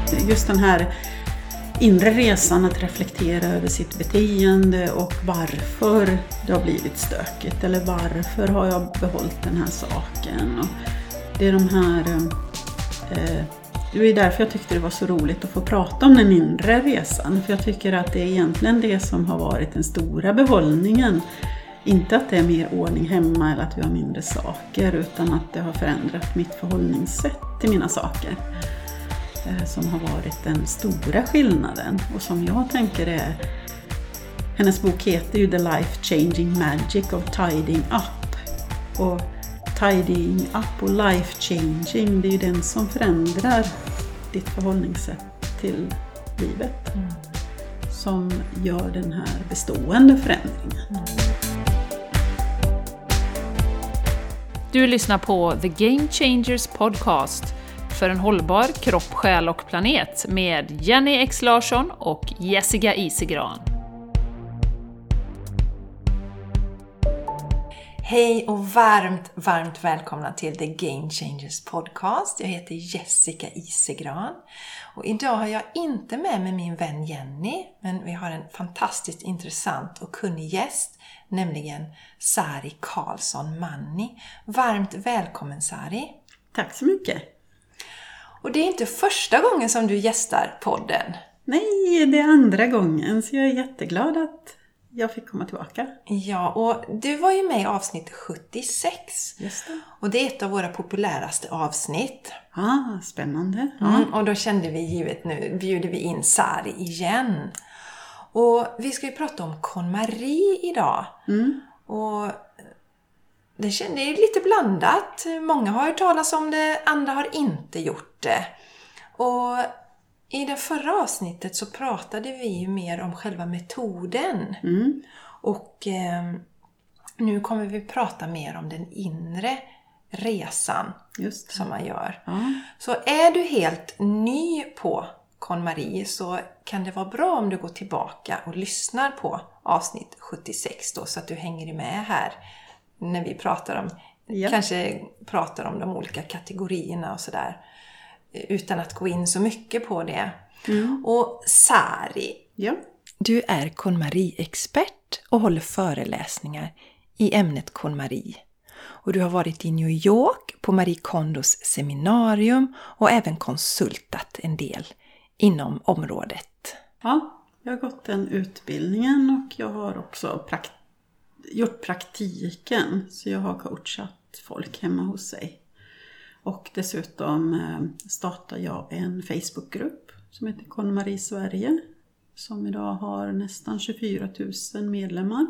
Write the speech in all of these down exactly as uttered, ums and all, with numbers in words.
just den här inre resan att reflektera över sitt beteende och varför det har blivit stökigt eller varför har jag behållit den här saken. Och det är de här, eh, det är därför jag tyckte det var så roligt att få prata om den inre resan, för jag tycker att det är egentligen det som har varit den stora behållningen. Inte att det är mer ordning hemma eller att vi har mindre saker, utan att det har förändrat mitt förhållningssätt till mina saker. Som har varit den stora skillnaden och som jag tänker är, hennes bok heter ju The Life Changing Magic of Tidying Up, och Tidying Up och Life Changing, det är ju den som förändrar ditt förhållningssätt till livet, mm. som gör den här bestående förändringen. Mm. Du lyssnar på The Game Changers Podcast för en hållbar kropp, själ och planet med Jenny X Larsson och Jessica Isegran. Hej och varmt, varmt välkomna till The Game Changers Podcast. Jag heter Jessica Isegran och idag har jag inte med mig min vän Jenny, men vi har en fantastiskt intressant och kunnig gäst, nämligen Sari Karlsson Manni. Varmt välkommen, Sari. Tack så mycket. Och det är inte första gången som du gästar podden. Nej, det är andra gången, så jag är jätteglad att jag fick komma tillbaka. Ja, och du var ju med i avsnitt sjuttiosex. Just det. Och det är ett av våra populäraste avsnitt. Ah, spännande. Mm, och då kände vi givet nu, bjuder vi in Sari igen. Och vi ska ju prata om KonMari idag. Mm. Och det kände jag lite blandat. Många har hört talas om det, andra har inte gjort det. Och i det förra avsnittet så pratade vi ju mer om själva metoden. Mm. Och eh, nu kommer vi prata mer om den inre resan. Just det. Som man gör. Ja. Så är du helt ny på KonMari så kan det vara bra om du går tillbaka och lyssnar på avsnitt sjuttiosex då, så att du hänger med här när vi pratar om, ja. kanske pratar om de olika kategorierna och sådär, utan att gå in så mycket på det. Mm. Och Sari, ja. du är KonMari-expert och håller föreläsningar i ämnet KonMari. Och du har varit i New York på Marie Kondos seminarium och även konsultat en del inom området. Ja, jag har gått den utbildningen och jag har också prakt- gjort praktiken, så jag har coachat folk hemma hos sig. Och dessutom startar jag en Facebookgrupp som heter KonMari Sverige, som idag har nästan tjugofyra tusen medlemmar.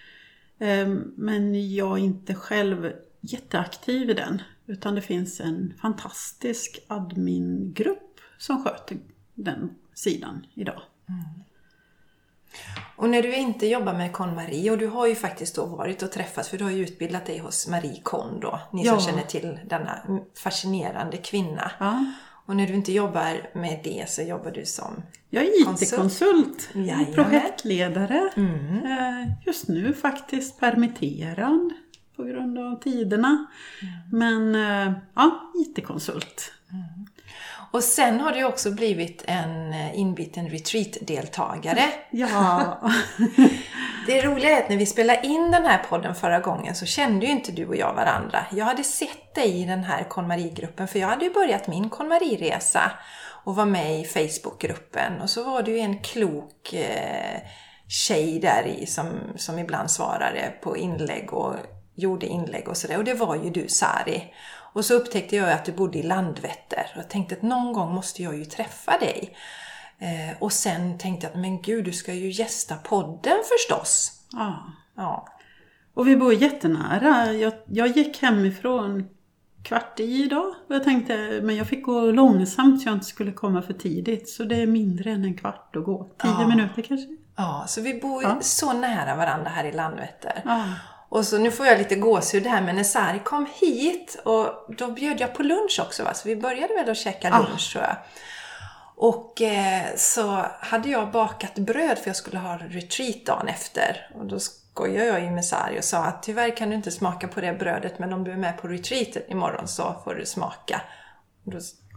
Men jag är inte själv jätteaktiv i den, utan det finns en fantastisk admingrupp som sköter den sidan idag. Mm. Och när du inte jobbar med KonMari, och du har ju faktiskt då varit och träffats, för du har ju utbildat dig hos Marie Kondo, ni ja. som känner till denna fascinerande kvinna. Ja. Och när du inte jobbar med det så jobbar du som Jag är I T-konsult, projektledare. Mm. Just nu faktiskt permitterad på grund av tiderna. Mm. Men ja, I T-konsult. Mm. Och sen har du också blivit en inbiten retreat-deltagare. Ja. Det roliga är att när vi spelade in den här podden förra gången så kände ju inte du och jag varandra. Jag hade sett dig i den här KonMari-gruppen, för jag hade ju börjat min KonMari-resa och var med i Facebook-gruppen. Och så var det ju en klok eh, tjej där i som, som ibland svarade på inlägg och gjorde inlägg och sådär. Och det var ju du, Sari. Och så upptäckte jag att du bodde i Landvetter. Och jag tänkte att någon gång måste jag ju träffa dig. Eh, och sen tänkte jag att men gud, du ska ju gästa podden förstås. Ja. Ja. Och vi bor jättenära. Jag, jag gick hemifrån kvart i idag. Och jag tänkte, men jag fick gå långsamt så jag inte skulle komma för tidigt. Så det är mindre än en kvart att gå. Tio ja. minuter kanske. Ja, så vi bor ja. så nära varandra här i Landvetter. Ja. Och så nu får jag lite gåshud här, men när Sari kom hit och då bjöd jag på lunch också, va? Så vi började väl att käka lunch, tror jag. Och eh, så hade jag bakat bröd för jag skulle ha retreat dagen efter. Och då skojade jag ju med Sari och sa att tyvärr kan du inte smaka på det brödet, men om du är med på retreaten imorgon så får du smaka. Och då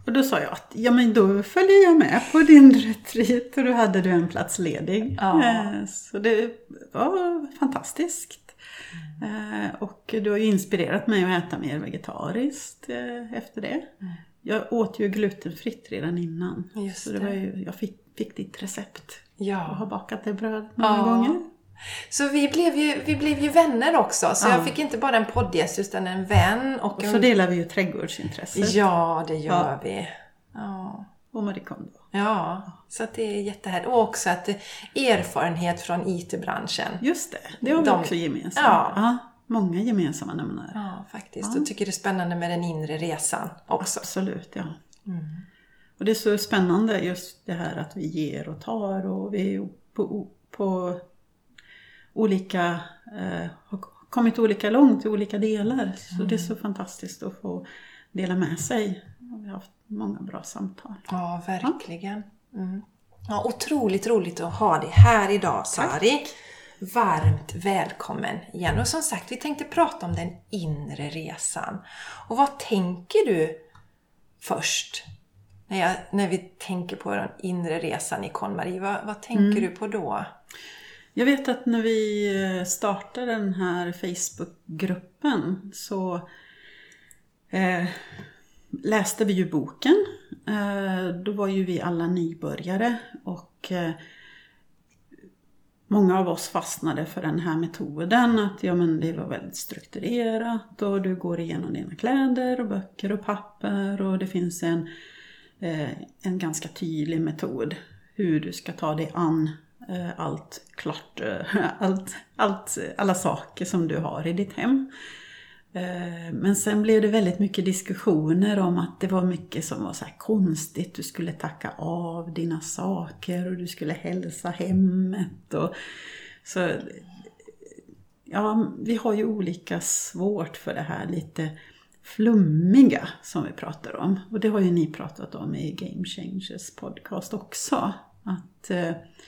Och då sa jag att ja, men då följer jag med på din retreat och då hade du en plats ledig. Ja. Så det var fantastiskt. Mm. Och du har ju inspirerat mig att äta mer vegetariskt efter det. Mm. Jag åt ju glutenfritt redan innan. Just så det var ju, jag fick, fick ditt recept. Ja. Och har bakat det bröd många ja. gånger. Så vi blev ju, vi blev ju vänner också. Så ja. jag fick inte bara en poddgäst utan en vän. Och, och en... så delar vi ju trädgårdsintresset. Ja, det gör ja. vi. Ja. Och Marie Kondo. Ja, så att det är jättehärligt. Och också att erfarenhet från I T-branschen. Just det, det har vi De... också gemensamt. Ja. ja. Många gemensamma nämner. Ja, faktiskt. Ja. Och tycker det är spännande med den inre resan också. Absolut, ja. Mm. Och det är så spännande just det här att vi ger och tar och vi är på, på olika, eh, har kommit olika långt i olika delar. Så mm. det är så fantastiskt att få dela med sig. Vi har haft många bra samtal. Ja, verkligen. Ja. Mm. Ja, otroligt roligt att ha dig här idag, Sari. Tack. Varmt välkommen igen. Och som sagt, vi tänkte prata om den inre resan. Och vad tänker du först? När, jag, när vi tänker på den inre resan i KonMari, vad, vad tänker mm. du på då? Jag vet att när vi startade den här Facebookgruppen så eh, läste vi ju boken. Eh, då var ju vi alla nybörjare och eh, många av oss fastnade för den här metoden. Att ja, men det var väldigt strukturerat och du går igenom dina kläder och böcker och papper och det finns en en ganska tydlig metod hur du ska ta dig an allt klart, allt, allt, alla saker som du har i ditt hem. Men sen blev det väldigt mycket diskussioner om att det var mycket som var så här konstigt. Du skulle tacka av dina saker och du skulle hälsa hemmet. Och så, ja, vi har ju olika svårt för det här lite flummiga som vi pratar om. Och det har ju ni pratat om i Game Changers podcast också. Att eh,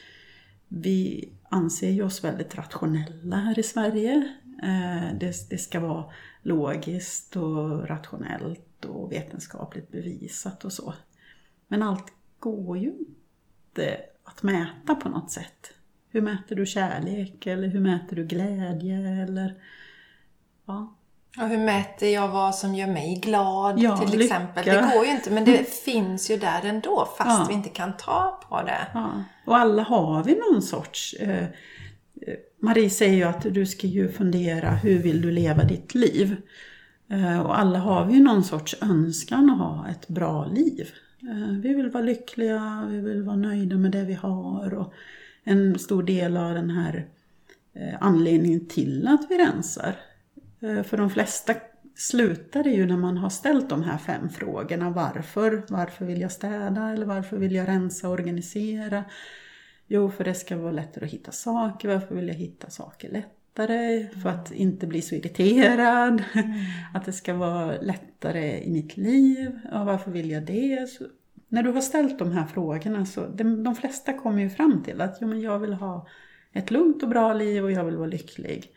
vi anser ju oss väldigt rationella här i Sverige. Eh, det, det ska vara logiskt och rationellt och vetenskapligt bevisat och så. Men allt går ju inte att mäta på något sätt. Hur mäter du kärlek eller hur mäter du glädje eller ja. Och hur mäter jag vad som gör mig glad ja, till exempel? Lycka. Det går ju inte, men det finns ju där ändå fast ja. vi inte kan ta på det. Ja. Och alla har vi någon sorts... Eh, Marie säger ju att du ska ju fundera hur vill du leva ditt liv. Eh, och alla har vi ju någon sorts önskan att ha ett bra liv. Eh, vi vill vara lyckliga, vi vill vara nöjda med det vi har. Och en stor del av den här eh, anledningen till att vi rensar. För de flesta slutar det ju när man har ställt de här fem frågorna. Varför? Varför vill jag städa? Eller varför vill jag rensa och organisera? Jo, för det ska vara lättare att hitta saker. Varför vill jag hitta saker lättare? För att inte bli så irriterad. Mm. Att det ska vara lättare i mitt liv. Ja, varför vill jag det? Så, när du har ställt de här frågorna så de, de flesta kommer ju fram till att jo, men jag vill ha ett lugnt och bra liv och jag vill vara lycklig.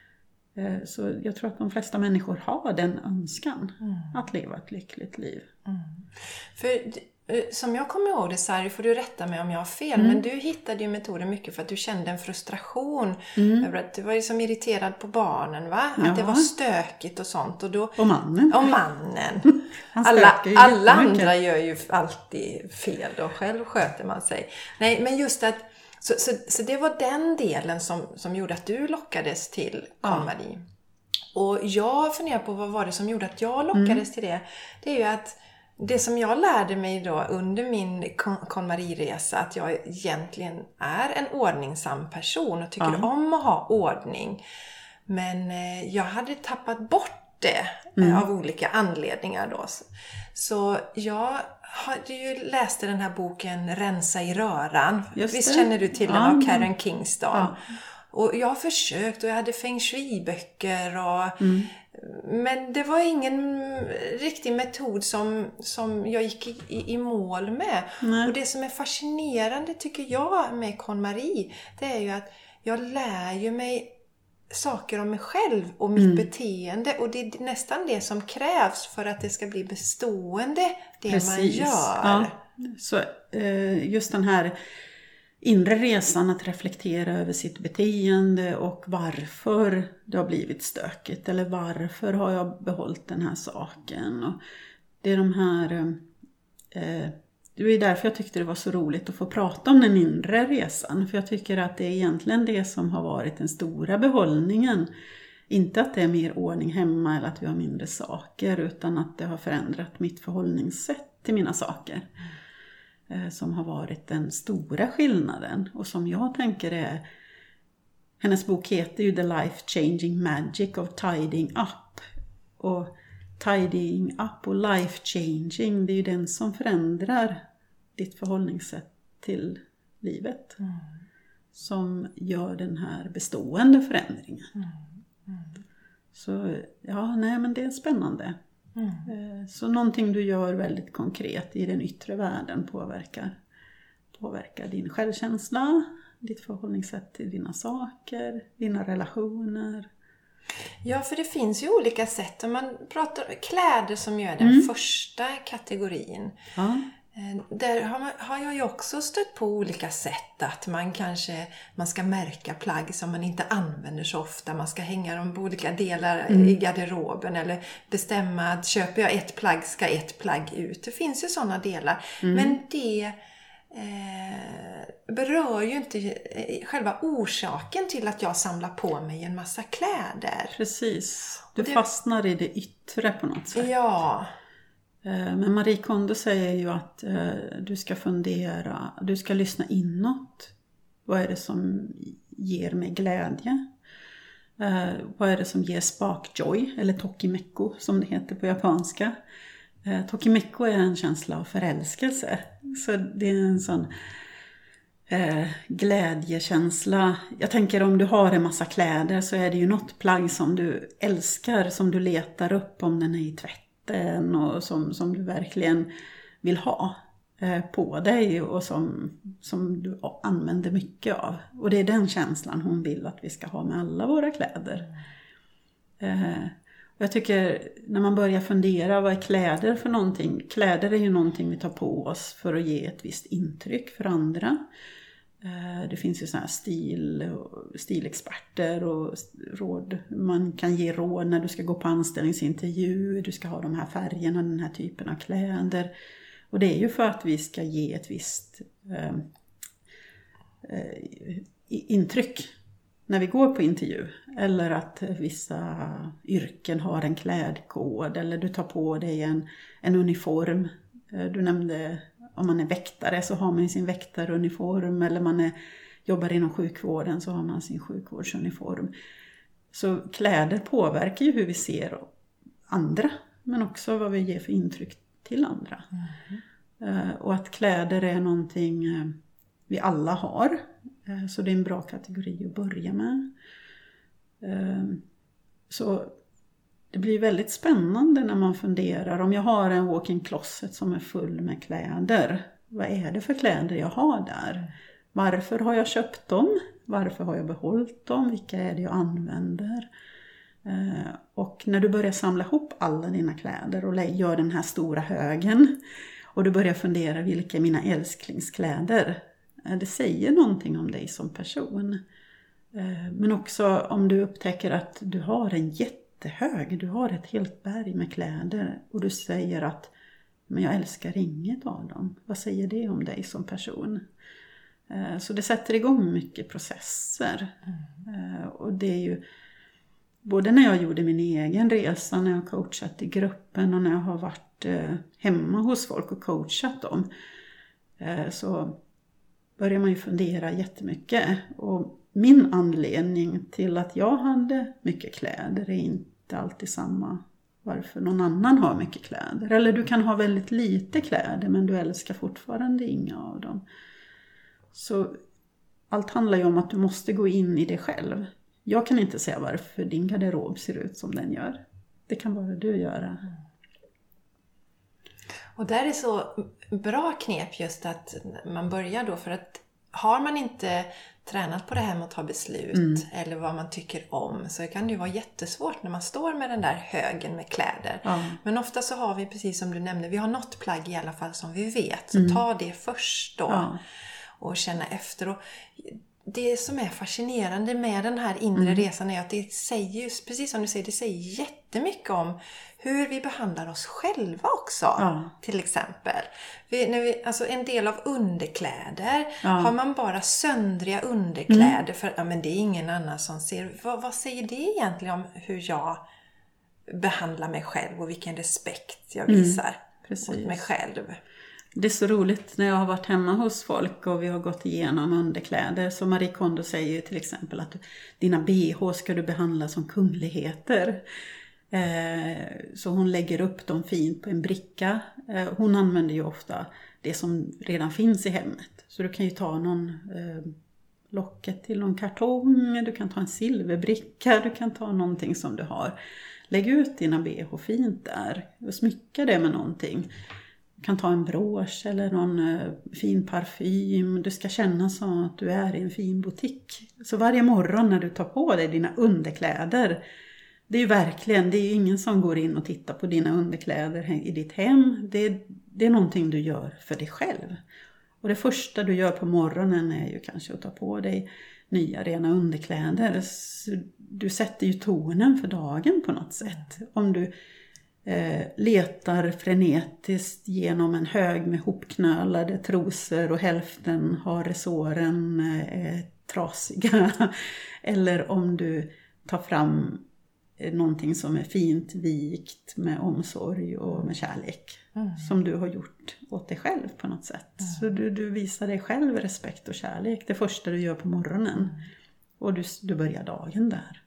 Så jag tror att de flesta människor har den önskan mm. att leva ett lyckligt liv. Mm. För som jag kommer ihåg det, Sari, får du rätta mig om jag har fel, mm. men du hittade ju metoden mycket för att du kände en frustration mm. över att du var liksom irriterad på barnen, va? Ja. Att det var stökigt och sånt. Och, då, och mannen. Och mannen. alla alla andra gör ju alltid fel och själv sköter man sig. Nej, men just att Så, så, så det var den delen som, som gjorde att du lockades till KonMari. Ja. Och jag funderar på vad var det som gjorde att jag lockades mm. till det. Det är ju att det som jag lärde mig då under min KonMari-resa, att jag egentligen är en ordningsam person och tycker ja. om att ha ordning. Men jag hade tappat bort det mm. av olika anledningar då. Så jag hade ju läst den här boken Rensa i röran. Just Visst det. Känner du till den ja. av Karen Kingston? Ja. Och jag har försökt och jag hade feng shui-böcker och mm. men det var ingen riktig metod som, som jag gick i, i, i mål med. Nej. Och det som är fascinerande tycker jag med KonMari, det är ju att jag lär ju mig saker om mig själv och mitt Mm. beteende. Och det är nästan det som krävs för att det ska bli bestående, det Precis. man gör. Ja. Så eh, just den här inre resan att reflektera över sitt beteende och varför det har blivit stökigt. Eller varför har jag behållit den här saken. Och det är de här... Eh, det är därför jag tyckte det var så roligt att få prata om den inre resan. För jag tycker att det är egentligen det som har varit den stora behållningen. Inte att det är mer ordning hemma eller att vi har mindre saker. Utan att det har förändrat mitt förhållningssätt till mina saker. Eh, som har varit den stora skillnaden. Och som jag tänker är... Hennes bok heter ju The Life Changing Magic of Tidying Up. Och... Tidying up och life changing, det är ju den som förändrar ditt förhållningssätt till livet. Mm. Som gör den här bestående förändringen. Mm. Mm. Så ja, nej men det är spännande. Mm. Så någonting du gör väldigt konkret i den yttre världen påverkar, påverkar din självkänsla, ditt förhållningssätt till dina saker, dina relationer. Ja, för det finns ju olika sätt. Om man pratar kläder som gör den mm. första kategorin. Ja. Där har, man, har jag ju också stött på olika sätt. Att man kanske man ska märka plagg som man inte använder så ofta. Man ska hänga dem på olika delar mm. i garderoben. Eller bestämma att köper jag ett plagg ska ett plagg ut. Det finns ju sådana delar. Mm. Men det... Eh, berör ju inte själva orsaken till att jag samlar på mig en massa kläder. Precis, du det... fastnar i det yttre på något sätt. Ja. eh, Men Marie Kondo säger ju att eh, du ska fundera, du ska lyssna inåt. Vad är det som ger mig glädje? Eh, vad är det som ger spark joy, eller tokimeko som det heter på japanska. Eh, tokimeko är en känsla av förälskelse. Så det är en sån eh, glädjekänsla. Jag tänker om du har en massa kläder så är det ju något plagg som du älskar. Som du letar upp om den är i tvätten. Och som, som du verkligen vill ha eh, på dig. Och som, som du använder mycket av. Och det är den känslan hon vill att vi ska ha med alla våra kläder. Eh, Jag tycker när man börjar fundera, vad är kläder för någonting? Kläder är ju någonting vi tar på oss för att ge ett visst intryck för andra. Det finns ju såna här stil, stilexperter och råd. Man kan ge råd när du ska gå på anställningsintervju. Du ska ha de här färgerna, den här typen av kläder. Och det är ju för att vi ska ge ett visst eh, eh, intryck när vi går på intervju. Eller att vissa yrken har en klädkod. Eller du tar på dig en, en uniform. Du nämnde om man är väktare så har man sin väktaruniform. Eller man är, jobbar inom sjukvården så har man sin sjukvårdsuniform. Så kläder påverkar ju hur vi ser andra. Men också vad vi ger för intryck till andra. Mm. Och att kläder är någonting vi alla har. Så det är en bra kategori att börja med. Så det blir väldigt spännande när man funderar. Om jag har en walk-in closet som är full med kläder. Vad är det för kläder jag har där? Varför har jag köpt dem? Varför har jag behållit dem? Vilka är det jag använder? Och när du börjar samla ihop alla dina kläder och gör den här stora högen. Och du börjar fundera, vilka är mina älsklingskläder? Det säger någonting om dig som person. Men också om du upptäcker att du har en jättehög, du har ett helt berg med kläder. Och du säger att, men jag älskar inget av dem. Vad säger det om dig som person? Så det sätter igång mycket processer. Mm. Och det är ju, både när jag gjorde min egen resa, när jag coachat i gruppen och när jag har varit hemma hos folk och coachat dem. Så börjar man ju fundera jättemycket. Och min anledning till att jag hade mycket kläder är inte alltid samma varför någon annan har mycket kläder. Eller du kan ha väldigt lite kläder men du älskar fortfarande inga av dem. Så allt handlar ju om att du måste gå in i det själv. Jag kan inte säga varför din garderob ser ut som den gör. Det kan bara du göra. Och där är så bra knep just att man börjar då, för att har man inte tränat på det här med att ta beslut mm. eller vad man tycker om, så kan det ju vara jättesvårt när man står med den där högen med kläder. Ja. Men ofta så har vi, precis som du nämnde, vi har något plagg i alla fall som vi vet. Så mm. ta det först då ja. och känna efter. Och det som är fascinerande med den här inre mm. resan är att det säger, precis som du säger, det säger jättemycket om hur vi behandlar oss själva också. Ja. Till exempel. Vi, när vi, alltså en del av underkläder. Ja. Har man bara söndriga underkläder. Mm. För ja, men det är ingen annan som ser. Vad, vad säger det egentligen om hur jag behandlar mig själv. Och vilken respekt jag visar mm. mot mig själv. Det är så roligt när jag har varit hemma hos folk och vi har gått igenom underkläder. Så Marie Kondo säger ju till exempel att dina B H ska du behandla som kungligheter. Så hon lägger upp dem fint på en bricka. Hon använder ju ofta det som redan finns i hemmet. Så du kan ju ta någon eh, locket till någon kartong. Du kan ta en silverbricka. Du kan ta någonting som du har. Lägg ut dina B H fint där. Och smycka det med någonting. Du kan ta en brosch eller någon eh, fin parfym. Du ska känna som att du är i en fin butik. Så varje morgon när du tar på dig dina underkläder. Det är ju verkligen, det är ju ingen som går in och tittar på dina underkläder i ditt hem. Det är, det är någonting du gör för dig själv. Och det första du gör på morgonen är ju kanske att ta på dig nya rena underkläder. Så du sätter ju tonen för dagen på något sätt. Om du eh, letar frenetiskt genom en hög med hopknölade trosor och hälften har resåren eh, trasiga. Eller om du tar fram någonting som är fint vikt med omsorg och med kärlek. Mm. Som du har gjort åt dig själv på något sätt. Mm. Så du, du visar dig själv respekt och kärlek. Det första du gör på morgonen. Mm. Och du, du börjar dagen där.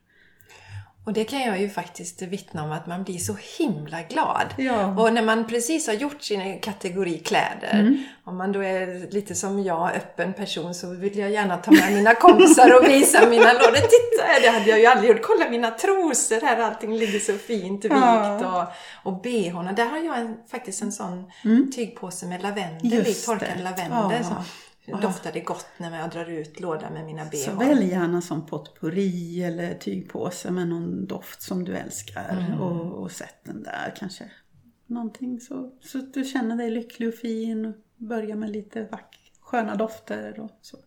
Och det kan jag ju faktiskt vittna om att man blir så himla glad. Ja. Och när man precis har gjort sin kategori kläder. Mm. Om man då är lite som jag, öppen person, så vill jag gärna ta med mina kompisar och visa mina lådor. Titta, det hade jag ju aldrig gjort. Kolla mina trosor här, allting ligger så fint vikt. Ja. Och, och B H-orna. Där har jag en, faktiskt en sån mm. tygpåse med lavendel i, torkad lavendel. Ja. Som doftade gott när jag drar ut lådan med mina B H. Så välj gärna som potpourri eller tygpåse med någon doft som du älskar. Mm. Och, och sätt den där kanske. Någonting så, så att du känner dig lycklig och fin. Och börja med lite vack, sköna dofter och så.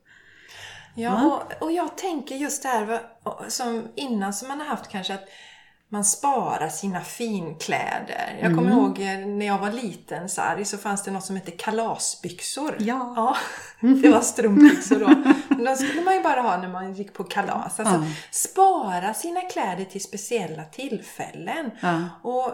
Ja, ja. Och, och jag tänker just det här som innan som man har haft kanske att man sparar sina finkläder. Jag kommer mm. ihåg när jag var liten så, så fanns det något som hette kalasbyxor. Ja. ja det var strumpbyxor då. Men de skulle man ju bara ha när man gick på kalas. Alltså, ja. Spara sina kläder till speciella tillfällen. Ja. Och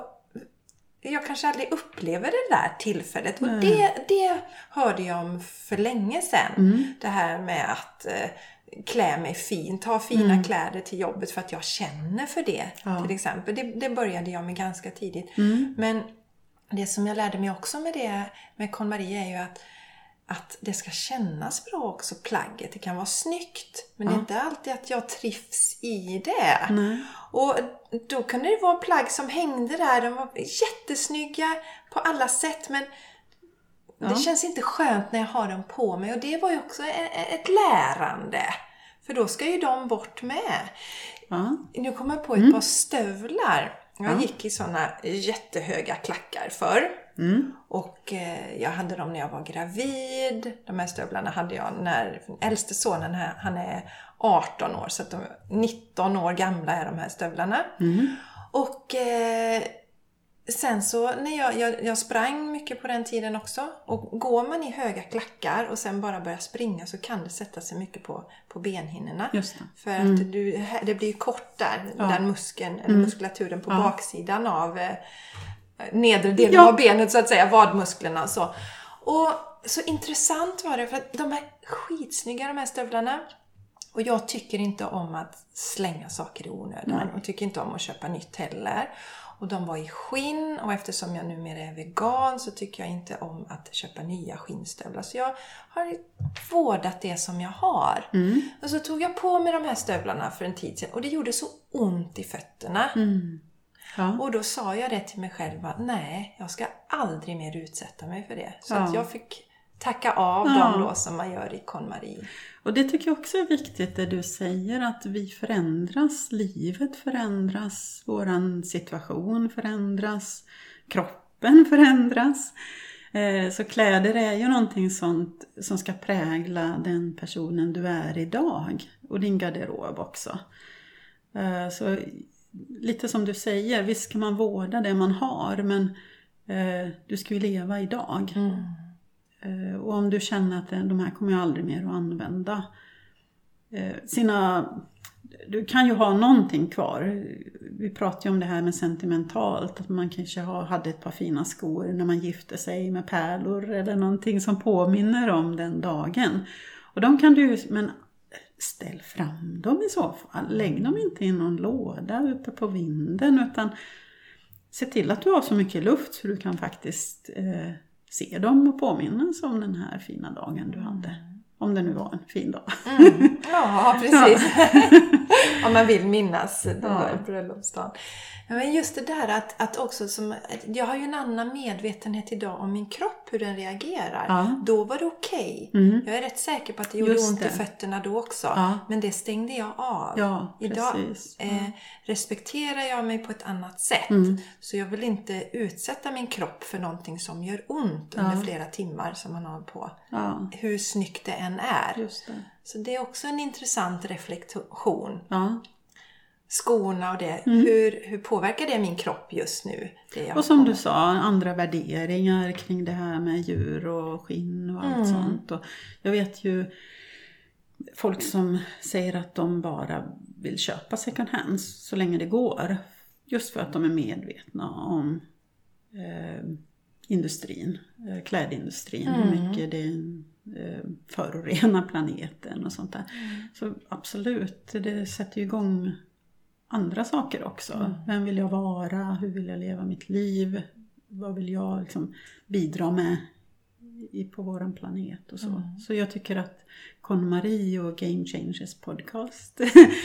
jag kanske aldrig upplever det där tillfället. Och det, det hörde jag om för länge sedan. Mm. Det här med att klä mig fint, ha fina mm. kläder till jobbet för att jag känner för det. Ja. Till exempel. Det, det började jag med ganska tidigt. Mm. Men det som jag lärde mig också med det med KonMari är ju att, att det ska kännas bra också, plagget. Det kan vara snyggt, men ja. Det är inte alltid att jag trivs i det. Mm. Och då kunde det vara plagg som hängde där. De var jättesnygga på alla sätt, men ja. Det känns inte skönt när jag har dem på mig. Och det var ju också ett lärande. För då ska ju de bort med. Ja. Nu kommer jag på ett mm. par stövlar. Jag ja. gick i sådana jättehöga klackar förr. Mm. Och eh, jag hade dem när jag var gravid. De här stövlarna hade jag när äldste sonen här, han är arton år. Så att de nitton år gamla är de här stövlarna. Mm. Och eh, sen så när jag, jag, jag sprang mycket på den tiden också. Och går man i höga klackar och sen bara börjar springa så kan det sätta sig mycket på, på benhinnorna. Just det. För mm. att du, det blir kort där, ja. Den muskeln, eller mm. muskulaturen på ja. baksidan av eh, nedre delen ja. av benet så att säga, vadmusklerna och så. Och så intressant var det för att de är skitsnygga de här stövlarna. Och jag tycker inte om att slänga saker i onödan. Och tycker inte om att köpa nytt heller. Och de var i skinn. Och eftersom jag numera är vegan så tycker jag inte om att köpa nya skinnstövlar. Så jag har vårdat det som jag har. Mm. Och så tog jag på mig de här stövlarna för en tid sedan. Och det gjorde så ont i fötterna. Mm. Ja. Och då sa jag det till mig själv att nej, jag ska aldrig mer utsätta mig för det. Så ja. att jag fick tacka av ja. dem då som man gör i KonMari. Och det tycker jag också är viktigt det du säger, att vi förändras, livet förändras, våran situation förändras, kroppen förändras. Så kläder är ju någonting sånt som ska prägla den personen du är idag och din garderob också. Så lite som du säger, visst ska man vårda det man har, men du ska ju leva idag. Mm. Och om du känner att de här kommer jag aldrig mer att använda. Sina, du kan ju ha någonting kvar. Vi pratar ju om det här med sentimentalt. Att man kanske hade ett par fina skor när man gifte sig med pärlor. Eller någonting som påminner om den dagen. Och de kan du, men ställ fram dem i så fall. Lägg dem inte i någon låda uppe på vinden. Utan se till att du har så mycket luft så du kan faktiskt eh, se dem och påminnas om den här fina dagen du hade. Om det nu var en fin dag. Mm. Ja, precis. Ja. Om man vill minnas den ja. där bröllopsdagen. Men just det där att, att också som, jag har ju en annan medvetenhet idag om min kropp, hur den reagerar. Ja. Då var det okej. Okay. Mm. Jag är rätt säker på att det gjorde just ont det. i fötterna då också. Ja. Men det stängde jag av. Ja, idag eh, respekterar jag mig på ett annat sätt. Mm. Så jag vill inte utsätta min kropp för någonting som gör ont under ja. flera timmar som man har på. Ja. Hur snyggt det än är. Just det. Så det är också en intressant reflektion. Ja. Skorna och det. Mm. Hur, hur påverkar det min kropp just nu? Det jag och som du sa, andra värderingar kring det här med djur och skinn och allt mm. sånt. Och jag vet ju folk som säger att de bara vill köpa second hands så länge det går. Just för att de är medvetna om eh, industrin, eh, klädindustrin. Mm. Hur mycket det eh, förorenar planeten och sånt där. Mm. Så absolut, det sätter ju igång andra saker också. Mm. Vem vill jag vara? Hur vill jag leva mitt liv? Vad vill jag liksom bidra med i, på våran planet och så. Mm. Så jag tycker att KonMari och Game Changers podcast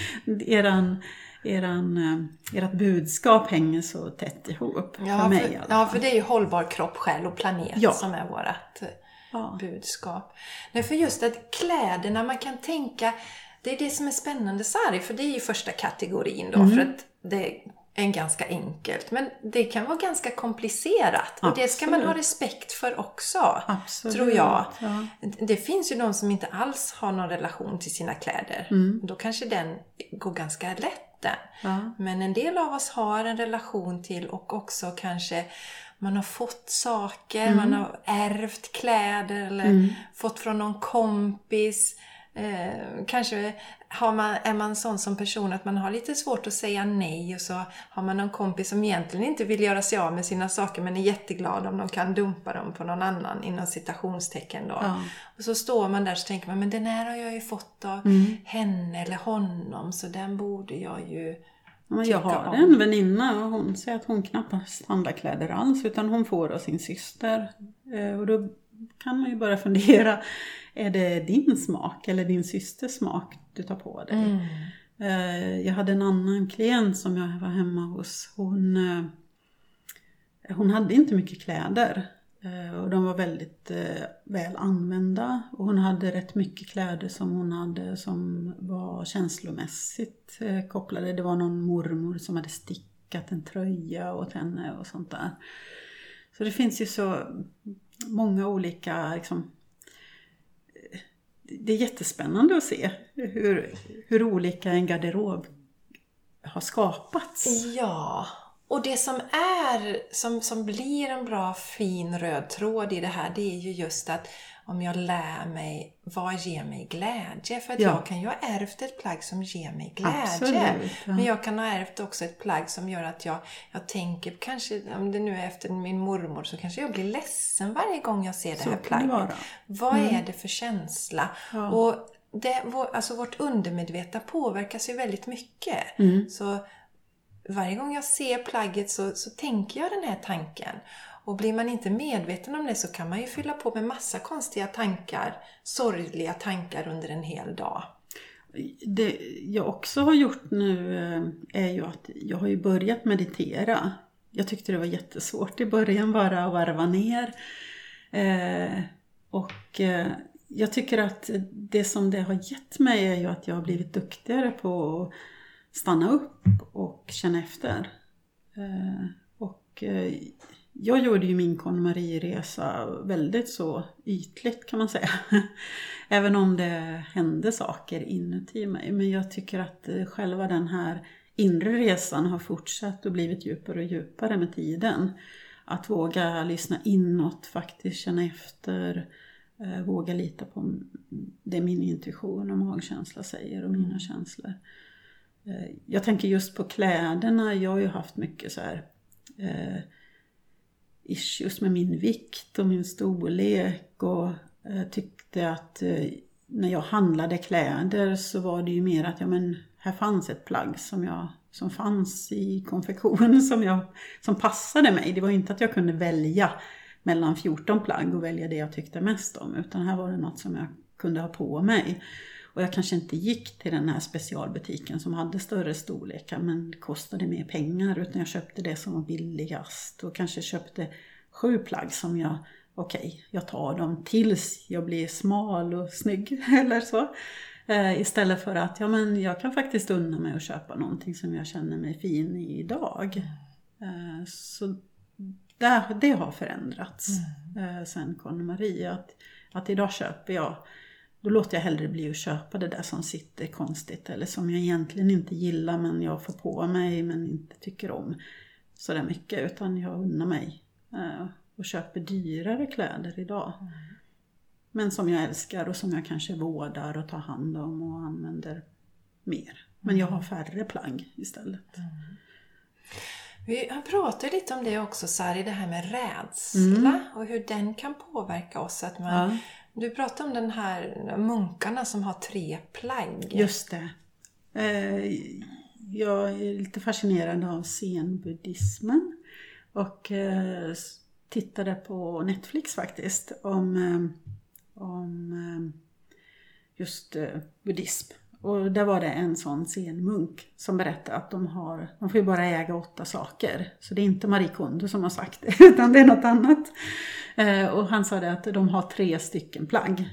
eran, eran, ert budskap hänger så tätt ihop ja, för mig för, i alla fall. Ja, för det är ju hållbar kropp, själ och planet ja. som är vårat ja. budskap. Nej, för just att kläderna man kan tänka. Det är det som är spännande, Sari, för det är ju första kategorin då, mm. för att det är ganska enkelt. Men det kan vara ganska komplicerat Absolut. och det ska man ha respekt för också, Absolut. tror jag. Ja. Det finns ju de som inte alls har någon relation till sina kläder. Mm. Då kanske den går ganska lätt den. Ja. Men en del av oss har en relation till och också kanske man har fått saker, mm. man har ärvt kläder eller mm. fått från någon kompis. Eh, kanske har man, är man sån som person att man har lite svårt att säga nej och så har man någon kompis som egentligen inte vill göra sig av med sina saker men är jätteglad om de kan dumpa dem på någon annan inom citationstecken då. Ja. Och så står man där och tänker man, men den här har jag ju fått av mm. henne eller honom så den borde jag ju men jag har om. en väninna och hon säger att hon knappast handlar kläder alls utan hon får av sin syster eh, och då kan man ju bara fundera, är det din smak eller din systers smak du tar på dig? Mm. Jag hade en annan klient som jag var hemma hos. Hon, hon hade inte mycket kläder och de var väldigt väl använda. Och hon hade rätt mycket kläder som hon hade som var känslomässigt kopplade. Det var någon mormor som hade stickat en tröja åt henne och sånt där. Så det finns ju så många olika liksom, det är jättespännande att se hur, hur olika en garderob har skapats. Ja, och det som är som, som blir en bra fin röd tråd i det här, det är ju just att om jag lär mig vad ger mig glädje. För att ja. jag kan ju ha ärvt ett plagg som ger mig glädje. Absolut, ja. Men jag kan ha ärvt också ett plagg som gör att jag, jag tänker, kanske om det nu är efter min mormor så kanske jag blir ledsen varje gång jag ser det så här plagget. Vad mm. är det för känsla? Ja. Och det, alltså vårt undermedvetna påverkas ju väldigt mycket. Mm. Så varje gång jag ser plagget så, så tänker jag den här tanken. Och blir man inte medveten om det så kan man ju fylla på med massa konstiga tankar, sorgliga tankar under en hel dag. Det jag också har gjort nu är ju att jag har ju börjat meditera. Jag tyckte det var jättesvårt i början bara att varva ner. Och eh, jag tycker att det som det har gett mig är ju att jag har blivit duktigare på att stanna upp och känna efter. Eh, och eh, jag gjorde ju min KonMari-resa väldigt så ytligt kan man säga. Även om det hände saker inuti mig. Men jag tycker att eh, själva den här inre resan har fortsatt och blivit djupare och djupare med tiden. Att våga lyssna inåt, faktiskt känna efter, eh, våga lita på det min intuition och magkänsla säger och mina mm. känslor. Eh, jag tänker just på kläderna, jag har ju haft mycket så här eh, issues med min vikt och min storlek och eh, tyckte att eh, när jag handlade kläder så var det ju mer att ja, men här fanns ett plagg som jag som fanns i konfektionen som, jag, som passade mig. Det var inte att jag kunde välja mellan fjorton plagg och välja det jag tyckte mest om. Utan här var det något som jag kunde ha på mig. Och jag kanske inte gick till den här specialbutiken som hade större storlekar men det kostade mer pengar. Utan jag köpte det som var billigast och kanske köpte sju plagg som jag, okej, okay, jag tar dem tills jag blir smal och snygg eller så. Uh, istället för att ja, men jag kan faktiskt unna mig att köpa någonting som jag känner mig fin i idag. Uh, så det, det har förändrats mm. uh, sen KonMari. Att, att idag köper jag, då låter jag hellre bli att köpa det där som sitter konstigt. Eller som jag egentligen inte gillar men jag får på mig men inte tycker om så där mycket. Utan jag unnar mig uh, och köper dyrare kläder idag. Mm. Men som jag älskar och som jag kanske vårdar och tar hand om och använder mer. Men jag har färre plagg istället. Mm. Vi har pratat lite om det också, Sari, det här med rädsla mm. och hur den kan påverka oss. Att man, ja. Du pratade om den här munkarna som har tre plagg. Just det. Eh, jag är lite fascinerad av zen-buddhismen och eh, tittade på Netflix faktiskt om... Eh, om just buddhism. Och där var det en sån zen-munk som berättade att de har, de får ju bara äga åtta saker. Så det är inte Marie Kondo som har sagt det, utan det är något annat. Och han sa det att de har tre stycken plagg.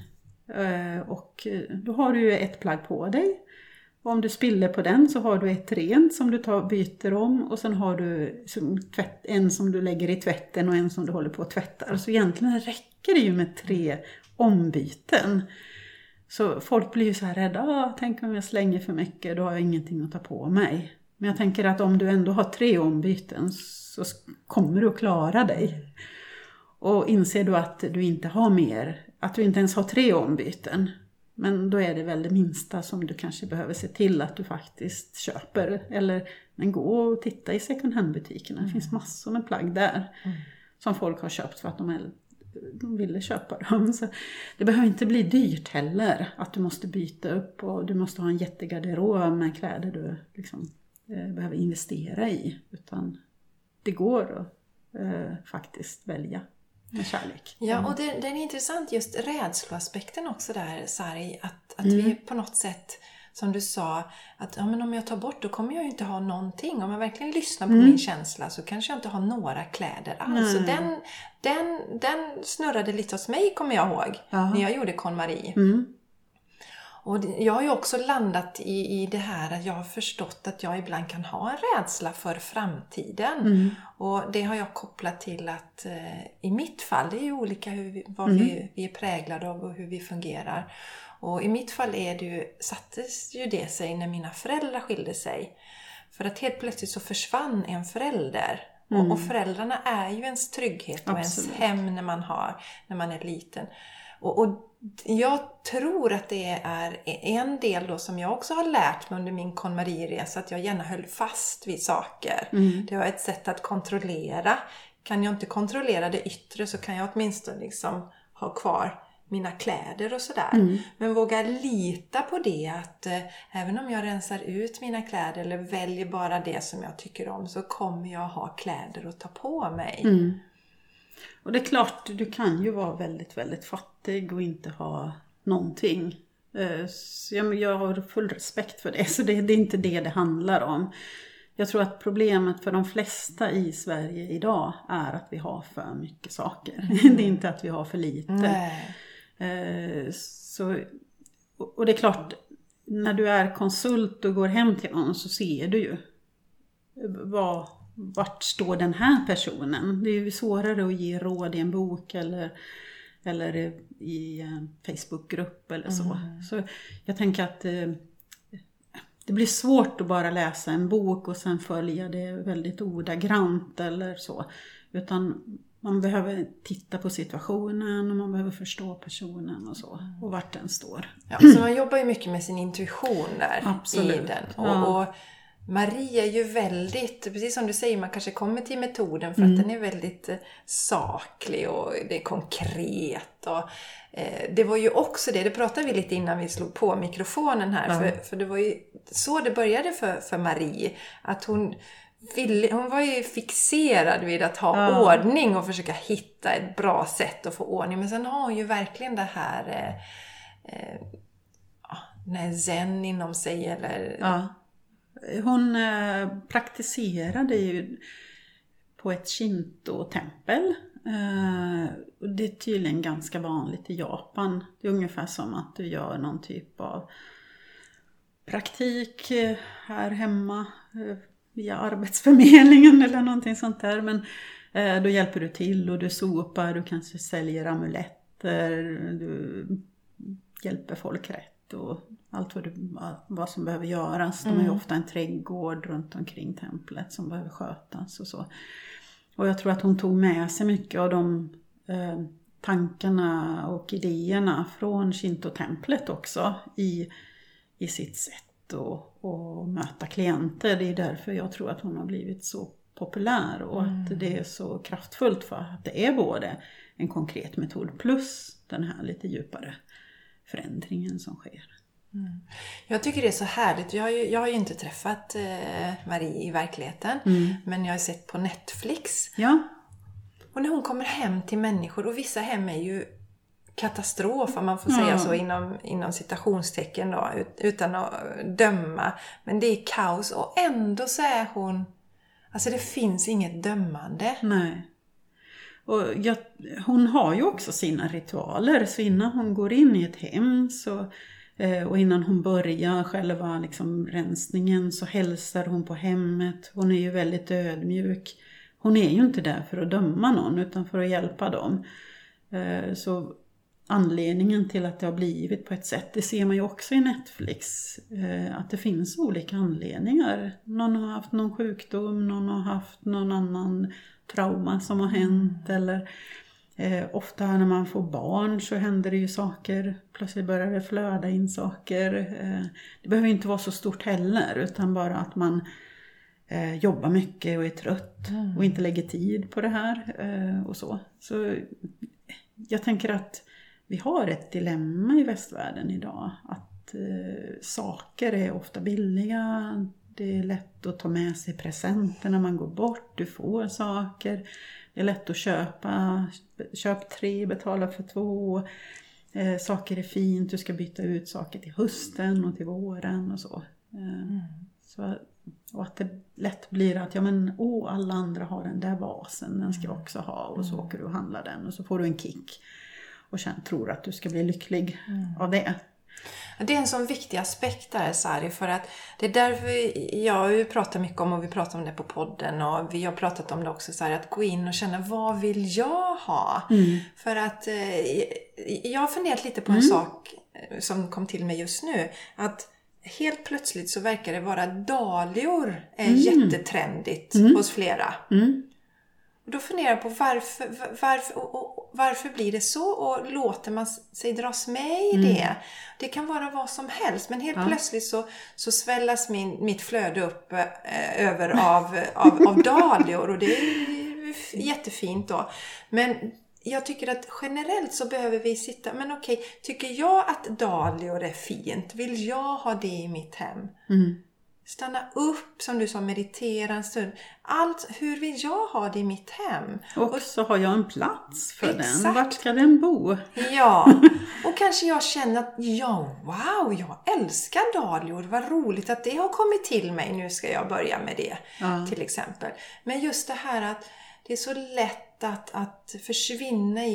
Och då har du ju ett plagg på dig. Och om du spiller på den så har du ett rent som du tar, byter om. Och sen har du som tvätt, en som du lägger i tvätten och en som du håller på att tvätta. Så egentligen räcker det ju med tre ombyten. Så folk blir ju så här rädda. Ah, tänk om jag slänger för mycket, då har jag ingenting att ta på mig. Men jag tänker att om du ändå har tre ombyten så kommer du att klara dig. Och inser du att du inte har mer, att du inte ens har tre ombyten. Men då är det väl det minsta som du kanske behöver se till att du faktiskt köper. Eller men gå och titta i second hand-butikerna. Mm. Det finns massor med plagg där. Mm. Som folk har köpt för att de, är, de ville köpa dem. Så det behöver inte bli dyrt heller. Att du måste byta upp och du måste ha en jättegarderob med kläder du liksom, eh, behöver investera i. Utan det går att eh, faktiskt välja. Med kärlek. Ja, och det, det är intressant just rädsloaspekten också där, Sari, att, att mm. vi på något sätt, som du sa, att ja, men om jag tar bort då kommer jag ju inte ha någonting. Om jag verkligen lyssnar på mm. min känsla så kanske jag inte har några kläder alls. Så den, den, den snurrade lite hos mig, kommer jag ihåg, Aha. när jag gjorde KonMari. Mm. Och jag har ju också landat i, i det här att jag har förstått att jag ibland kan ha en rädsla för framtiden. Mm. Och det har jag kopplat till att eh, i mitt fall, det är ju olika hur vi, vad mm. vi, vi är präglade av och hur vi fungerar. Och i mitt fall är det ju, sattes ju det sig när mina föräldrar skilde sig. För att helt plötsligt så försvann en förälder. Mm. Och, och föräldrarna är ju ens trygghet och Absolut. ens hem när man, har, när man är liten. Och, och jag tror att det är en del då som jag också har lärt mig under min KonMari-resa, att jag gärna höll fast vid saker. Mm. Det var ett sätt att kontrollera. Kan jag inte kontrollera det yttre så kan jag åtminstone liksom ha kvar mina kläder och sådär. Mm. Men våga lita på det att eh, även om jag rensar ut mina kläder eller väljer bara det som jag tycker om så kommer jag ha kläder att ta på mig. Mm. Och det är klart, du kan ju vara väldigt, väldigt fattig och inte ha någonting. Så jag har full respekt för det, så det, det är inte det det handlar om. Jag tror att problemet för de flesta i Sverige idag är att vi har för mycket saker. Mm. Det är inte att vi har för lite. Nej. Eh, så, och det är klart, när du är konsult och går hem till någon så ser du ju vad, vart står den här personen. Det är ju svårare att ge råd i en bok eller, eller i en Facebookgrupp eller så. Mm. Så jag tänker att eh, det blir svårt att bara läsa en bok och sen följa det väldigt ordagrant eller så. Utan man behöver titta på situationen och man behöver förstå personen och så. Och vart den står. Ja, så man jobbar ju mycket med sin intuition där. Absolut. I den. Och, ja. och Marie är ju väldigt, precis som du säger, man kanske kommer till metoden för mm. att den är väldigt saklig och det är konkret. Och, eh, det var ju också det, det pratade vi lite innan vi slog på mikrofonen här. Ja. För, för det var ju så det började för, för Marie. Att hon... Hon var ju fixerad vid att ha ja. ordning och försöka hitta ett bra sätt att få ordning. Men sen har hon ju verkligen det här eh, eh, zen inom sig. Eller... Ja. Hon eh, praktiserade ju på ett Shinto-tempel. Eh, det är tydligen ganska vanligt i Japan. Det är ungefär som att du gör någon typ av praktik eh, här hemma. Eh, via arbetsförmedlingen eller någonting sånt där. Men eh, då hjälper du till och du sopar, du kanske säljer amuletter, du hjälper folk rätt och allt vad, du, vad som behöver göras. Mm. De har ju ofta en trädgård runt omkring templet som behöver skötas och så. Och jag tror att hon tog med sig mycket av de eh, tankarna och idéerna från Shinto-templet också i, i sitt sätt. Och, och möta klienter. Det är därför jag tror att hon har blivit så populär och mm. att det är så kraftfullt för att det är både en konkret metod plus den här lite djupare förändringen som sker. Mm. Jag tycker det är så härligt. Jag har ju, jag har ju inte träffat eh, Marie i verkligheten mm. men jag har sett på Netflix. Ja. Och när hon kommer hem till människor, och vissa hem är ju katastrof, om man får säga ja. så inom, inom citationstecken då, utan att döma. Men det är kaos och ändå så är hon, alltså det finns inget dömande. Nej. Och jag, hon har ju också sina ritualer, så innan hon går in i ett hem så, och innan hon börjar själva liksom rensningen så hälsar hon på hemmet. Hon är ju väldigt ödmjuk. Hon är ju inte där för att döma någon utan för att hjälpa dem. Så anledningen till att det har blivit på ett sätt, det ser man ju också i Netflix, eh, att det finns olika anledningar. Någon har haft någon sjukdom, någon har haft någon annan trauma som har hänt, eller eh, ofta när man får barn så händer det ju saker, plötsligt börjar det flöda in saker. Eh, det behöver inte vara så stort heller, utan bara att man eh, jobbar mycket och är trött mm. och inte lägger tid på det här eh, och så. Så jag tänker att vi har ett dilemma i västvärlden idag. Att eh, saker är ofta billiga. Det är lätt att ta med sig presenter när man går bort. Du får saker. Det är lätt att köpa. Köp tre, betala för två. Eh, saker är fint. Du ska byta ut saker till hösten och till våren och så. Eh, mm. så och att det lätt blir att ja, men, åh, alla andra har den där vasen. Den ska jag också ha. Och så åker du och handlar den. Och så får du en kick. Och sen tror att du ska bli lycklig mm. av det. Det är en sån viktig aspekt där, Sari, för att det är därför jag pratar mycket om, och vi pratar om det på podden och vi har pratat om det också, Sari, att gå in och känna vad vill jag ha? Mm. För att eh, jag har funderat lite på en mm. sak som kom till mig just nu, att helt plötsligt så verkar det vara dahlior är mm. jättetrendigt mm. hos flera. Mm. Och då funderar jag på varför, varför, och, och, varför blir det så, och låter man sig dras med i mm. det? Det kan vara vad som helst, men helt ja. plötsligt så, så svällas min, mitt flöde upp eh, över av, av, av dahlior, och det är jättefint då. Men jag tycker att generellt så behöver vi sitta, men okej, tycker jag att dahlior är fint? Vill jag ha det i mitt hem? Mm. Stanna upp, som du sa, meditera en stund. Allt, hur vill jag ha det i mitt hem? Och, och så har jag en plats för exakt. den. Vart ska den bo? Ja, och kanske jag känner att ja, wow, jag älskar dahlior. Vad roligt att det har kommit till mig. Nu ska jag börja med det, ja. till exempel. Men just det här att det är så lätt att, att försvinna i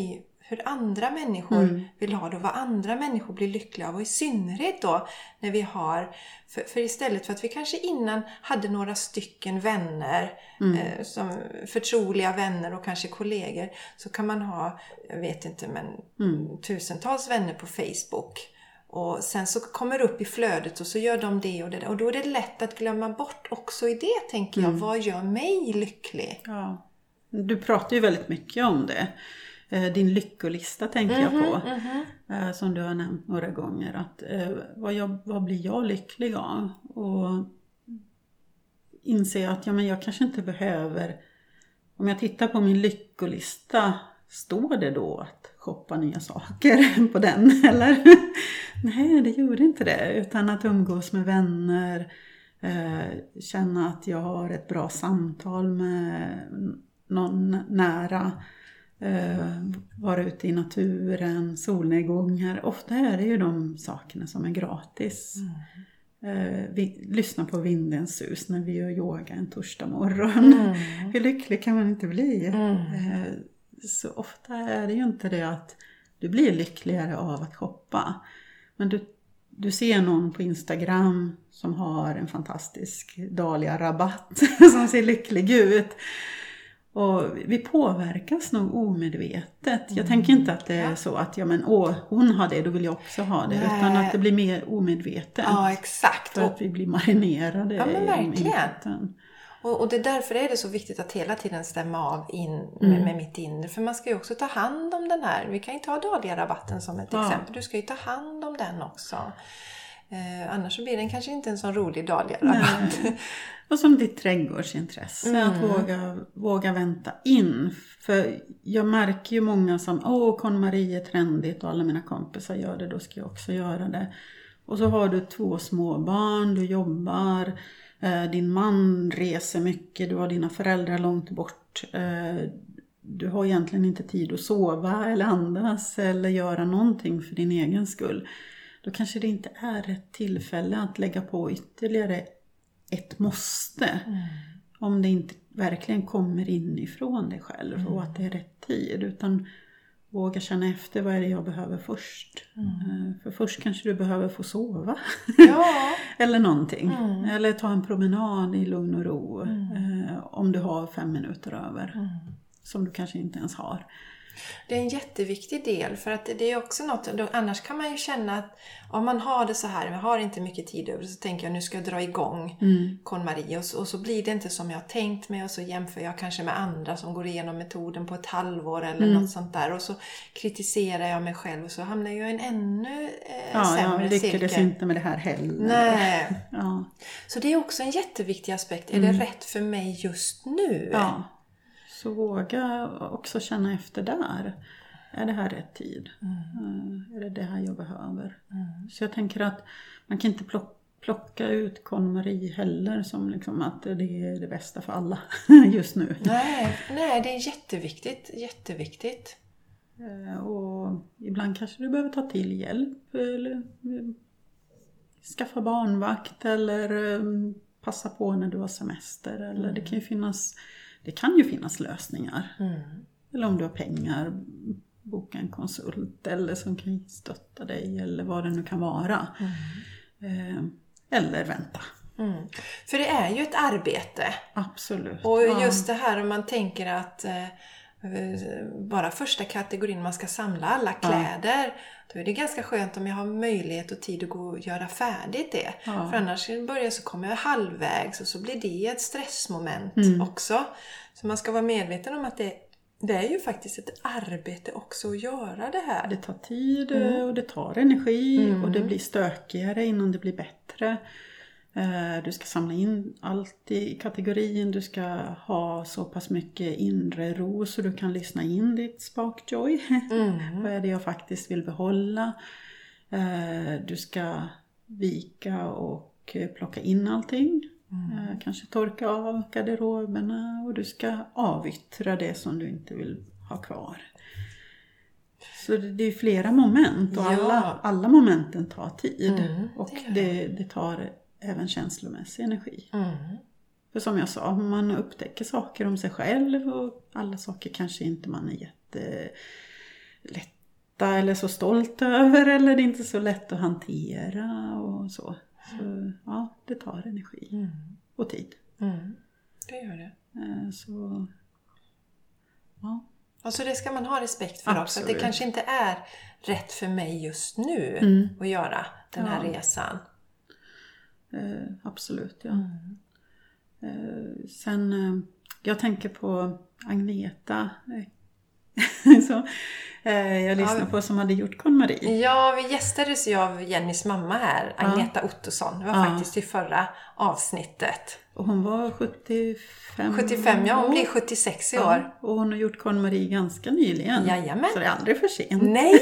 hur andra människor Mm. vill ha det och vad andra människor blir lyckliga av. Och i synnerhet då när vi har, för, för istället för att vi kanske innan hade några stycken vänner, Mm. eh, som förtroliga vänner och kanske kollegor, så kan man ha, jag vet inte, men Mm. tusentals vänner på Facebook. Och sen så kommer det upp i flödet och så gör de det och det där. Och då är det lätt att glömma bort också i det, tänker jag. Mm. Vad gör mig lycklig? Ja. Du pratar ju väldigt mycket om det. Eh, Din lyckolista tänker jag på. Mhm. Eh, Som du har nämnt några gånger. Att, eh, vad, jag, vad blir jag lycklig av? Och inse att ja, men jag kanske inte behöver... Om jag tittar på min lyckolista, står det då att shoppa nya saker på den? Eller? Nej, det gjorde inte det. Utan att umgås med vänner. Eh, känna att jag har ett bra samtal med någon nära. Eh, vara ute i naturen, solnedgångar. Ofta är det ju de sakerna som är gratis. Mm. Eh, vi, lyssna på vindens sus när vi gör yoga en torsdag morgon. Mm. Hur lycklig kan man inte bli? Mm. Eh, så ofta är det ju inte det att du blir lyckligare av att shoppa. Men du, du ser någon på Instagram som har en fantastisk Dahlia-rabatt som ser lycklig ut. Och vi påverkas nog omedvetet. Jag Mm. tänker inte att det är Ja. så att ja, men, åh, hon har det, då vill jag också ha det. Nej. Utan att det blir mer omedvetet. Ja, exakt. För att vi blir marinerade. Ja, men i verkligen. inputen. Och, och det är därför är det så viktigt att hela tiden stämma av in med, Mm. med mitt inre. För man ska ju också ta hand om den här. Vi kan ju ta Dahlia-rabatten som ett Ja. exempel. Du ska ju ta hand om den också. Eh, annars så blir den kanske inte en sån rolig Dahlia-rabatt. Nej. Och som ditt trädgårdsintresse. Mm. Att våga, våga vänta in. För jag märker ju många som, åh, KonMari är trendigt och alla mina kompisar gör det, då ska jag också göra det. Och så har du två små barn, du jobbar, eh, din man reser mycket, du har dina föräldrar långt bort. Eh, du har egentligen inte tid att sova eller andas eller göra någonting för din egen skull. Då kanske det inte är ett tillfälle att lägga på ytterligare ett måste. Mm. Om det inte verkligen kommer inifrån dig själv Mm. och att det är rätt tid. Utan våga känna efter, vad är det jag behöver först. Mm. För först kanske du behöver få sova. Ja. Eller någonting. Mm. Eller ta en promenad i lugn och ro. Mm. Eh, om du har fem minuter över. Mm. Som du kanske inte ens har. Det är en jätteviktig del, för att det är också något, då, annars kan man ju känna att om man har det så här, jag har inte mycket tid över, så tänker jag nu ska jag dra igång Mm. KonMari och så, och så blir det inte som jag har tänkt mig, och så jämför jag kanske med andra som går igenom metoden på ett halvår eller Mm. något sånt där, och så kritiserar jag mig själv och så hamnar jag i en ännu eh, Ja, sämre jag lyckades cirkel. inte med det här heller. Nej. Ja. Så det är också en jätteviktig aspekt. Är Mm. det rätt för mig just nu? Ja. Så våga också känna efter där. Är det här rätt tid? Mm. Är det det här jag behöver? Mm. Så jag tänker att man kan inte plock, plocka ut KonMari heller som liksom att det är det bästa för alla just nu. Nej, nej, det är jätteviktigt. Jätteviktigt. Eh, Och ibland kanske du behöver ta till hjälp eller eh, skaffa barnvakt eller eh, passa på när du har semester. Eller Mm. det kan ju finnas, det kan ju finnas lösningar. Mm. Eller om du har pengar, boka en konsult eller som kan stötta dig eller vad det nu kan vara. Mm. Eh, Eller vänta. Mm. För det är ju ett arbete. Absolut. Och Ja. just det här om man tänker att eh, bara första kategorin, man ska samla alla kläder. Då är det ganska skönt om jag har möjlighet och tid att gå och göra färdigt det. Ja. För annars börjar så kommer jag halvvägs och så blir det ett stressmoment Mm. också. Så man ska vara medveten om att det, det är ju faktiskt ett arbete också att göra det här. Det tar tid Mm. och det tar energi Mm. och det blir stökigare innan det blir bättre. Eh, Du ska samla in allt i kategorin. Du ska ha så pass mycket inre ro så du kan lyssna in ditt sparkjoy. Mm. Vad är det jag faktiskt vill behålla? Eh, Du ska vika och plocka in allting. Mm. Eh, Kanske torka av garderoberna och du ska avyttra det som du inte vill ha kvar. Så det det är flera moment och Ja. alla, alla momenten tar tid. Mm, och det gör det, det tar även känslomässig energi. Mm. För som jag sa, man upptäcker saker om sig själv och alla saker kanske inte man är jätte lätta eller så stolt över, eller det är inte så lätt att hantera och så. Så ja, det tar energi mm. och tid. Mm. Det gör det. Så ja. Och så det ska man ha respekt för. Absolut. Också. Att det kanske inte är rätt för mig just nu mm. att göra den här ja. resan. Eh, absolut, ja. Mm. Eh, sen, eh, jag tänker på Agneta. så, eh, jag lyssnade ja, på som hade gjort KonMari. Ja, vi gästades ju av Jennys mamma här, Agneta ja. Ottosson. Det var ja. faktiskt i förra avsnittet. Och hon var sjuttiofem sjuttiofem, ja, hon blir sjuttiosex i ja, år. Och hon har gjort KonMari ganska nyligen. Jajamän. Så det är aldrig för sent. Nej!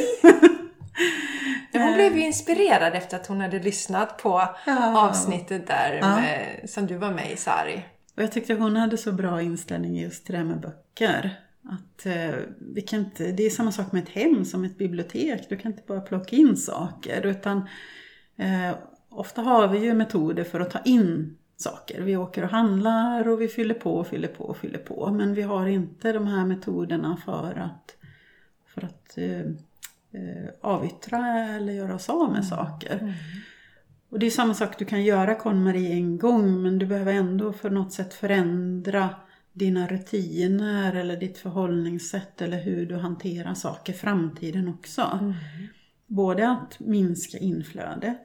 Hon blev ju inspirerad efter att hon hade lyssnat på ja. avsnittet där ja. med, som du var med i, Sari. Och jag tyckte hon hade så bra inställning just till det här med böcker. Att eh, vi kan inte, det är samma sak med ett hem som ett bibliotek. Du kan inte bara plocka in saker. Utan eh, ofta har vi ju metoder för att ta in saker. Vi åker och handlar och vi fyller på och fyller på och fyller på. Men vi har inte de här metoderna för att, för att eh, eh, avyttra eller göra oss av med mm. saker. Mm. Och det är samma sak, du kan göra KonMari en gång, men du behöver ändå för något sätt förändra dina rutiner eller ditt förhållningssätt eller hur du hanterar saker i framtiden också. Mm. Både att minska inflödet.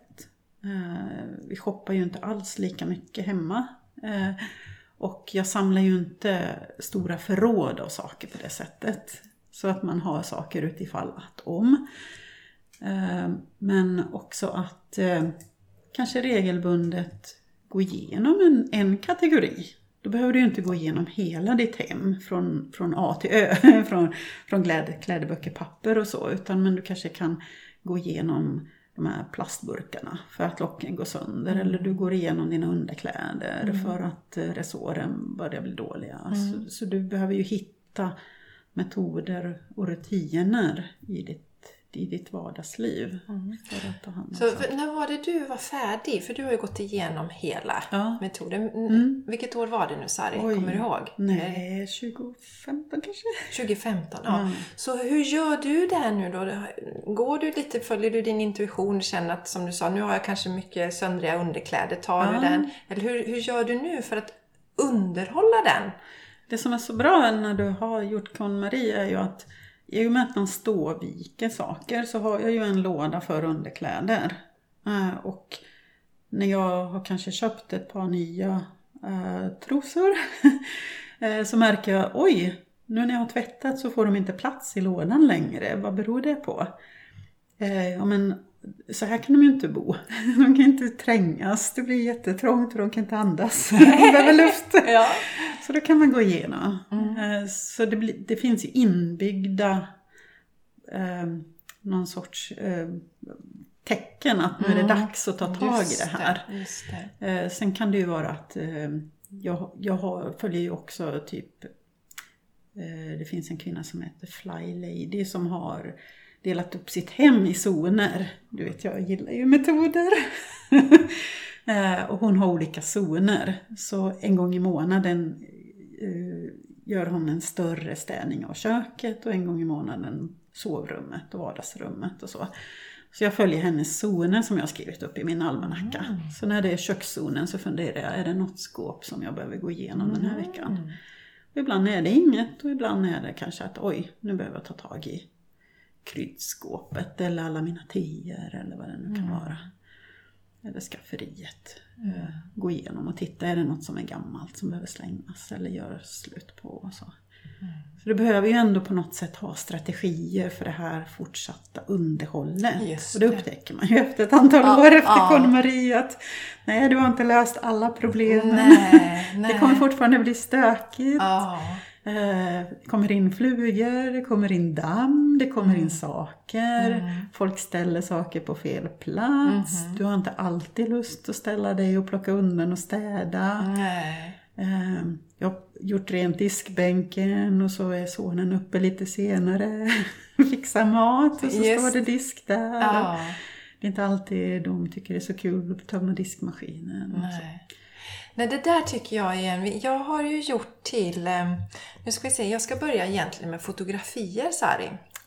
Eh, vi shoppar ju inte alls lika mycket hemma. Eh, och jag samlar ju inte stora förråd av saker på det sättet. Så att man har saker utifall att om. Eh, men också att eh, kanske regelbundet gå igenom en, en kategori. Då behöver du ju inte gå igenom hela ditt hem från, från A till Ö, från, från kläd, klädböcker, papper och så. Utan men du kanske kan gå igenom de här plastburkarna för att locken går sönder. Mm. Eller du går igenom dina underkläder mm. för att resåren börjar bli dåliga. Mm. Så, så du behöver ju hitta metoder och rutiner i ditt i ditt vardagsliv. Mm. För att ta hand om så för, när var det du var färdig? För du har ju gått igenom hela ja. metoden. Mm. Vilket år var det nu, Sari? Oj. Kommer du ihåg? Nej, tjugofemton kanske. tjugofemton, ja. Mm. Så hur gör du det här nu då? Går du lite, följer du din intuition? Känner att, som du sa, nu har jag kanske mycket söndriga underkläder. Tar ja. du den? Eller hur, hur gör du nu för att underhålla den? Det som är så bra när du har gjort KonMari är ju att i och med att man ståviker saker så har jag ju en låda för underkläder. Äh, och när jag har kanske köpt ett par nya äh, trosor äh, så märker jag, oj, nu när jag har tvättat så får de inte plats i lådan längre. Vad beror det på? Äh, ja, men så här kan de ju inte bo. De kan inte trängas. Det blir jättetrångt och de kan inte andas. De behöver luft. Ja. Så då kan man gå igenom. Mm. Så det, blir, det finns ju inbyggda eh, någon sorts eh, tecken att nu är det dags att ta tag just i det här. Det, just det. Eh, sen kan det ju vara att eh, jag, jag har, följer ju också typ eh, det finns en kvinna som heter Fly Lady som har delat upp sitt hem i zoner. Du vet, jag gillar ju metoder. Och hon har olika zoner. Så en gång i månaden uh, gör hon en större städning av köket. Och en gång i månaden sovrummet och vardagsrummet och så. Så jag följer hennes zoner som jag har skrivit upp i min almanacka. Mm. Så när det är kökszonen så funderar jag, är det något skåp som jag behöver gå igenom mm. den här veckan? Och ibland är det inget och ibland är det kanske att oj, nu behöver jag ta tag i kryddskåpet eller alla mina teer eller vad det nu kan mm. vara. Eller skafferiet. Mm. Gå igenom och titta, är det något som är gammalt som behöver slängas eller göra slut på och så. Mm. Så det behöver ju ändå på något sätt ha strategier för det här fortsatta underhållet. Just och det upptäcker man ju efter ett antal ja, år efter ja. KonMari att nej, du har inte löst alla problem. Nej, nej. Det kommer fortfarande bli stökigt. Ja. Det kommer in flugor, det kommer in damm, det kommer mm. in saker. Mm. Folk ställer saker på fel plats. Mm. Du har inte alltid lust att ställa dig och plocka undan och städa. Nej. Jag har gjort rent diskbänken och så är sonen uppe lite senare. Fixar mat och så Just. står det disk där. Ja. Det är inte alltid de tycker det är så kul att tömma diskmaskinen. Och så. Nej, det där tycker jag igen. Jag har ju gjort till... Nu ska vi se, jag ska börja egentligen med fotografier, Sari.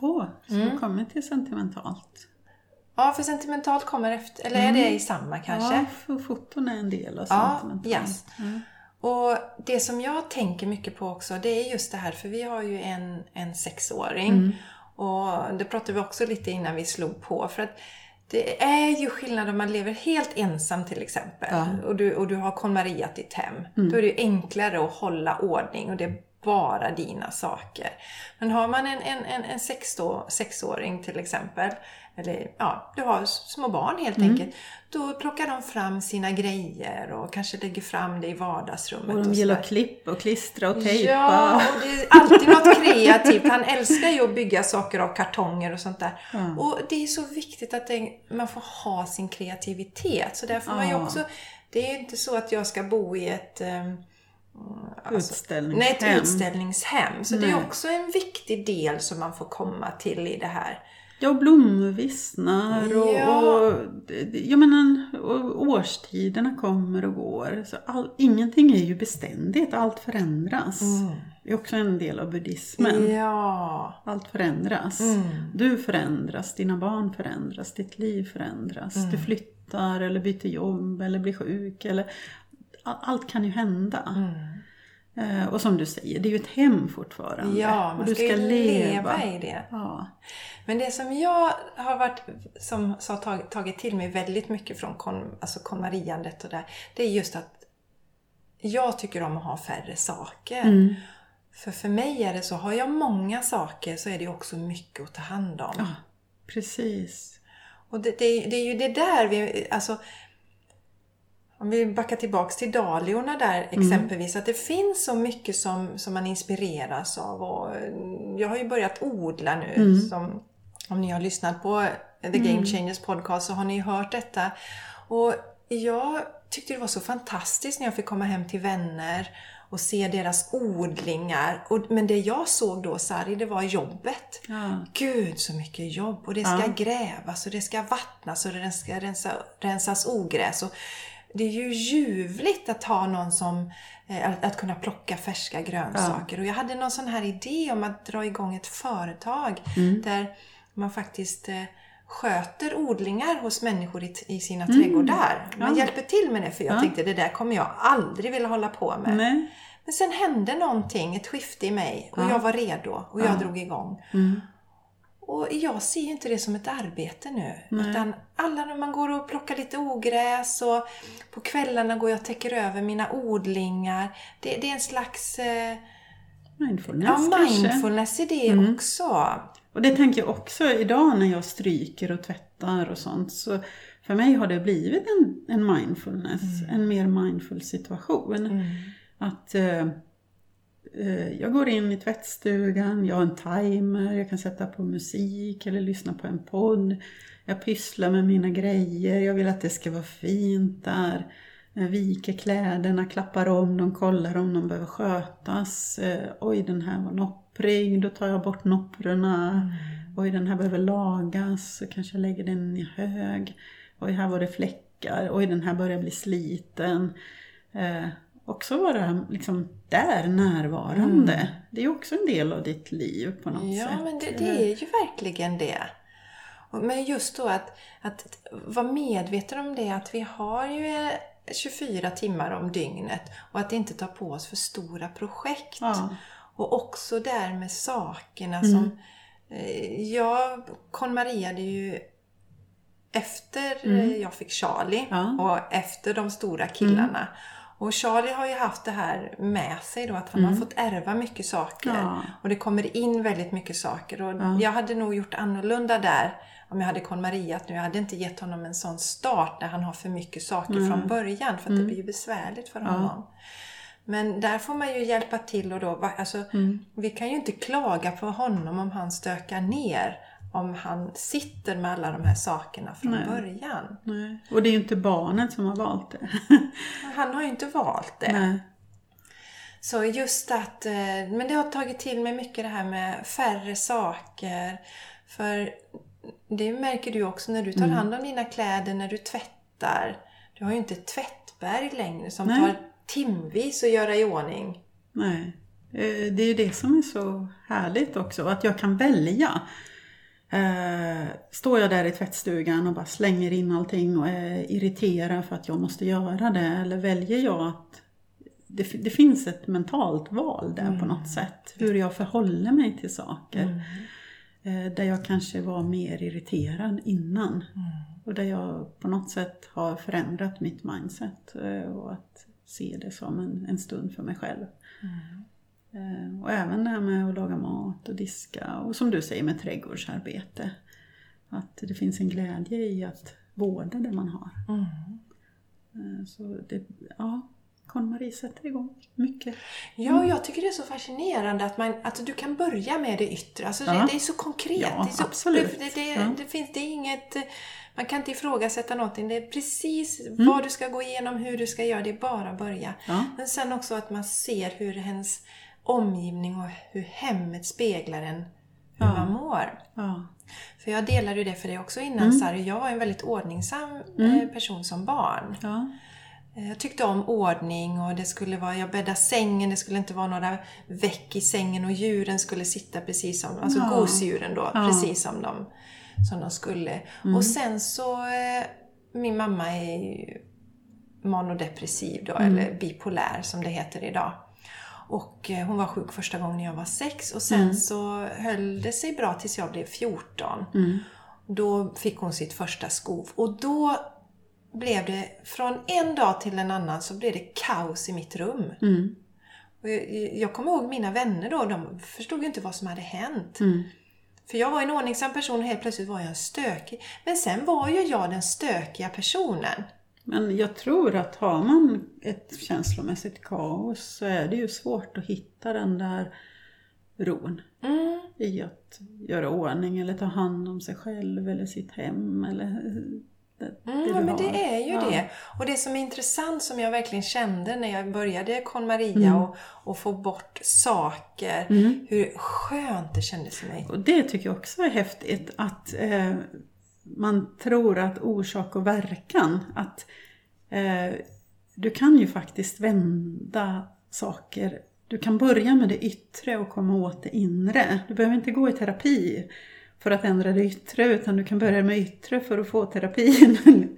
Åh, så Mm. du kommer till sentimentalt. Ja, för sentimentalt kommer efter, eller är det i samma kanske? Ja, för foton är en del av Ja, sentimentalt. yes. Mm. Och det som jag tänker mycket på också, det är just det här, för vi har ju en, en sexåring. Mm. Och det pratade vi också lite innan vi slog på. För att det är ju skillnad om man lever helt ensam till exempel. Ja. Och, du, och du har KonMariat ditt hem. Mm. Då är det ju enklare att hålla ordning och det är bara dina saker. Men har man en, en, en, en sex då, sexåring till exempel, eller ja, du har små barn helt Mm. enkelt, då plockar de fram sina grejer och kanske lägger fram det i vardagsrummet. Och de och gillar sådär. att klippa och klistra och tejpa. Ja, och det är alltid något kreativt. Han älskar ju att bygga saker av kartonger och sånt där. Mm. Och det är så viktigt att det, man får ha sin kreativitet. Så därför man ju Ja. också, det är inte så att jag ska bo i ett um, alltså, Utställningshem. nej, ett utställningshem. Så det Nej. är också en viktig del som man får komma till i det här. Ja, och blommor vissnar och, Ja. och, jag menar, och årstiderna kommer och går. Så all, ingenting är ju beständigt, allt förändras. Mm. Det är också en del av buddhismen. Ja. Allt förändras. Mm. Du förändras, dina barn förändras, ditt liv förändras. Mm. Du flyttar eller byter jobb eller blir sjuk. Eller, allt kan ju hända. Mm. Eh, och som du säger, det är ju ett hem fortfarande. Ja, och man du ska, ska ju leva. leva i det. Ja. Men det som jag har varit, som har tagit, tagit till mig väldigt mycket från kon, alltså KonMariandet och där, det är just att jag tycker om att ha färre saker. Mm. För för mig är det så, har jag många saker så är det också mycket att ta hand om. Ja, precis. Och det, det, det är ju det där vi, alltså om vi backar tillbaks till dahliorna där exempelvis, att det finns så mycket som, som man inspireras av. Och jag har ju börjat odla nu, Mm. som om ni har lyssnat på The Game Changers podcast så har ni hört detta. Och jag tyckte det var så fantastiskt när jag fick komma hem till vänner och se deras odlingar. Och, men det jag såg då, Sari, det var jobbet. Ja. Gud så mycket jobb. Och det ska Ja. grävas och det ska vattnas och det ska rensa, rensas ogräs. Och det är ju ljuvligt att ha någon som, eh, att, att kunna plocka färska grönsaker. Och jag hade någon sån här idé om att dra igång ett företag Mm. där man faktiskt eh, sköter odlingar hos människor i, i sina Mm. trädgårdar. Man Ja. hjälper till med det, för jag Ja. tänkte det där kommer jag aldrig vilja hålla på med. Nej. Men sen hände någonting, ett skifte i mig och Ja. jag var redo och jag Ja. drog igång. Mm. Och jag ser inte det som ett arbete nu. Nej. Utan alla när man går och plockar lite ogräs och på kvällarna går jag och täcker över mina odlingar. Det, det är en slags eh, Mindfulness ja, kanske. mindfulness i det Mm. också. Och det tänker jag också idag när jag stryker och tvättar och sånt. Så för mig har det blivit en, en mindfulness. Mm. En mer mindful situation. Mm. Att eh, eh, jag går in i tvättstugan. Jag har en timer. Jag kan sätta på musik eller lyssna på en podd. Jag pysslar med mina grejer. Jag vill att det ska vara fint där. Jag viker kläderna, klappar om dem, kollar om de behöver skötas. Eh, oj, den här var nopprig. Då tar jag bort nopprorna. Mm. Oj, den här behöver lagas. Så kanske jag lägger den i hög. Oj, här var det fläckar. Oj, den här börjar bli sliten. Eh, också vara liksom där närvarande. Mm. Det är också en del av ditt liv på något Ja, sätt. men det, det är ju verkligen det. Och- Men just då att, att vara medveten om det, att vi har ju eh, tjugofyra timmar om dygnet och att inte ta på oss för stora projekt. Ja. Och också där med sakerna Mm. som eh, jag KonMariade ju efter Mm. eh, jag fick Charlie Ja. och efter de stora killarna. Och Charlie har ju haft det här med sig då, att han Mm. har fått ärva mycket saker. Ja. Och det kommer in väldigt mycket saker. Och Ja. jag hade nog gjort annorlunda där om jag hade KonMariat nu. Jag hade inte gett honom en sån start när han har för mycket saker Mm. från början. För att det Mm. blir ju besvärligt för Ja. honom. Men där får man ju hjälpa till och då, va- alltså, Mm. vi kan ju inte klaga på honom om han stökar ner. Om han sitter med alla de här sakerna från Nej. början. Nej. Och det är ju inte barnet som har valt det. Han har ju inte valt det. Nej. Så just att, eh, men det har tagit till mig mycket det här med färre saker. För det märker du också när du tar Mm. hand om dina kläder, när du tvättar. Du har ju inte ett tvättberg längre som Nej. tar timvis att göra i ordning. Nej. Eh, Det är ju det som är så härligt också. Att jag kan välja. Eh, står jag där i tvättstugan och bara slänger in allting och är irriterad för att jag måste göra det? Eller väljer jag att det, det finns ett mentalt val där mm. på något sätt. Hur jag förhåller mig till saker. Mm. Eh, där jag kanske var mer irriterad innan. Mm. Och där jag på något sätt har förändrat mitt mindset. Eh, och att se det som en, en stund för mig själv. Mm. Och även det här med att laga mat och diska. Och som du säger med trädgårdsarbete. Att det finns en glädje i att vårda det man har. Mm. Så det, ja, KonMari sätter igång mycket. Ja, och jag tycker det är så fascinerande att, man, att du kan börja med det yttre. Alltså ja. det, det är så konkret. Ja, det är så, absolut. Det, det, ja. det, finns, det är inget... Man kan inte ifrågasätta någonting. Det är precis mm. vad du ska gå igenom, hur du ska göra. Det är bara börja. Ja. Men sen också att man ser hur ens omgivning och hur hemmet speglar en, hur ja. man mår. Ja. För jag delade ju det för dig också innan. Mm. Så här, jag var en väldigt ordningsam mm. person som barn. Ja. Jag tyckte om ordning och det skulle vara, jag bäddade sängen, det skulle inte vara några veck i sängen och djuren skulle sitta precis som, alltså ja. gosedjuren då, ja. precis som de, som de skulle. Mm. Och sen så, min mamma är ju manodepressiv då, mm. eller bipolär som det heter idag. Och hon var sjuk första gången jag var sex och sen mm. så höll det sig bra tills jag blev fjorton. Mm. Då fick hon sitt första skov och då blev det, från en dag till en annan så blev det kaos i mitt rum. Mm. Och jag, jag kommer ihåg mina vänner då, de förstod ju inte vad som hade hänt. Mm. För jag var en ordningsam person och helt plötsligt var jag en stökig. Men sen var ju jag den stökiga personen. Men jag tror att har man ett känslomässigt kaos så är det ju svårt att hitta den där ron. Mm. I att göra ordning eller ta hand om sig själv eller sitt hem eller... Det, mm, det men det är ju ja. det. Och det som är intressant som jag verkligen kände när jag började KonMari mm. och, och få bort saker. Mm. Hur skönt det kändes för mig. Och det tycker jag också är häftigt. Att eh, man tror att orsak och verkan. Att eh, du kan ju faktiskt vända saker. Du kan börja med det yttre och komma åt det inre. Du behöver inte gå i terapi för att ändra det yttre, utan du kan börja med yttre för att få terapin.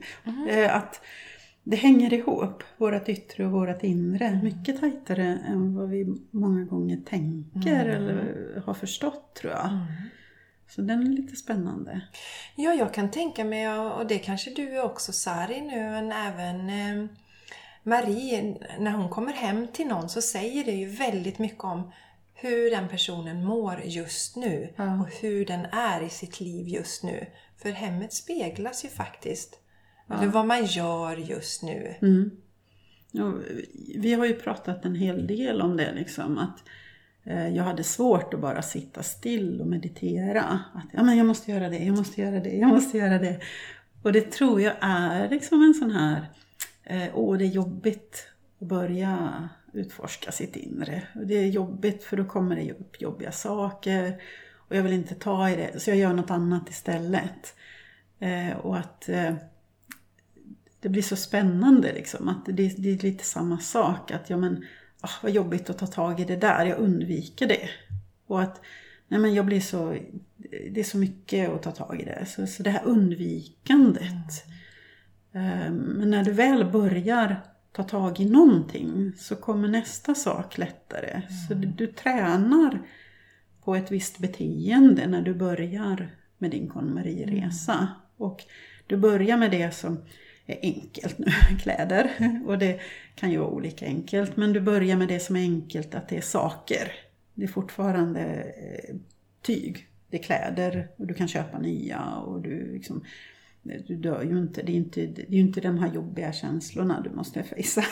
Mm. Att det hänger ihop, vårat yttre och vårat inre, mm. mycket tajtare än vad vi många gånger tänker mm. eller har förstått, tror jag. Mm. Så den är lite spännande. Ja, jag kan tänka mig, och det kanske du är också, Sari, nu, men även eh, Marie, när hon kommer hem till någon så säger det ju väldigt mycket om hur den personen mår just nu. Ja. Och hur den är i sitt liv just nu. För hemmet speglas ju faktiskt. Ja. Eller vad man gör just nu. Mm. Ja, vi har ju pratat en hel del om det. Liksom, att eh, jag hade svårt att bara sitta still och meditera. Att ja, men jag måste göra det, jag måste göra det, jag måste göra det. Och det tror jag är liksom en sån här... Eh, åh, det är jobbigt att börja... utforska sitt inre. Och det är jobbigt för då kommer det upp jobbiga saker. Och jag vill inte ta i det. Så jag gör något annat istället. Eh, och att eh, det blir så spännande liksom. Att det, det är lite samma sak. Att ja men, ah, vad jobbigt att ta tag i det där. Jag undviker det. Och att nej men jag blir så, det är så mycket att ta tag i det. Så, så det här undvikandet. Mm. Eh, men när du väl börjar ta tag i någonting så kommer nästa sak lättare. Mm. Så du, du tränar på ett visst beteende när du börjar med din KonMari-resa. Mm. Och du börjar med det som är enkelt nu, kläder. Och det kan ju vara olika enkelt. Men du börjar med det som är enkelt, att det är saker. Det är fortfarande eh, tyg. Det är kläder och du kan köpa nya och du liksom... Du dör ju inte, det är inte, det är ju inte de här jobbiga känslorna du måste fejsa.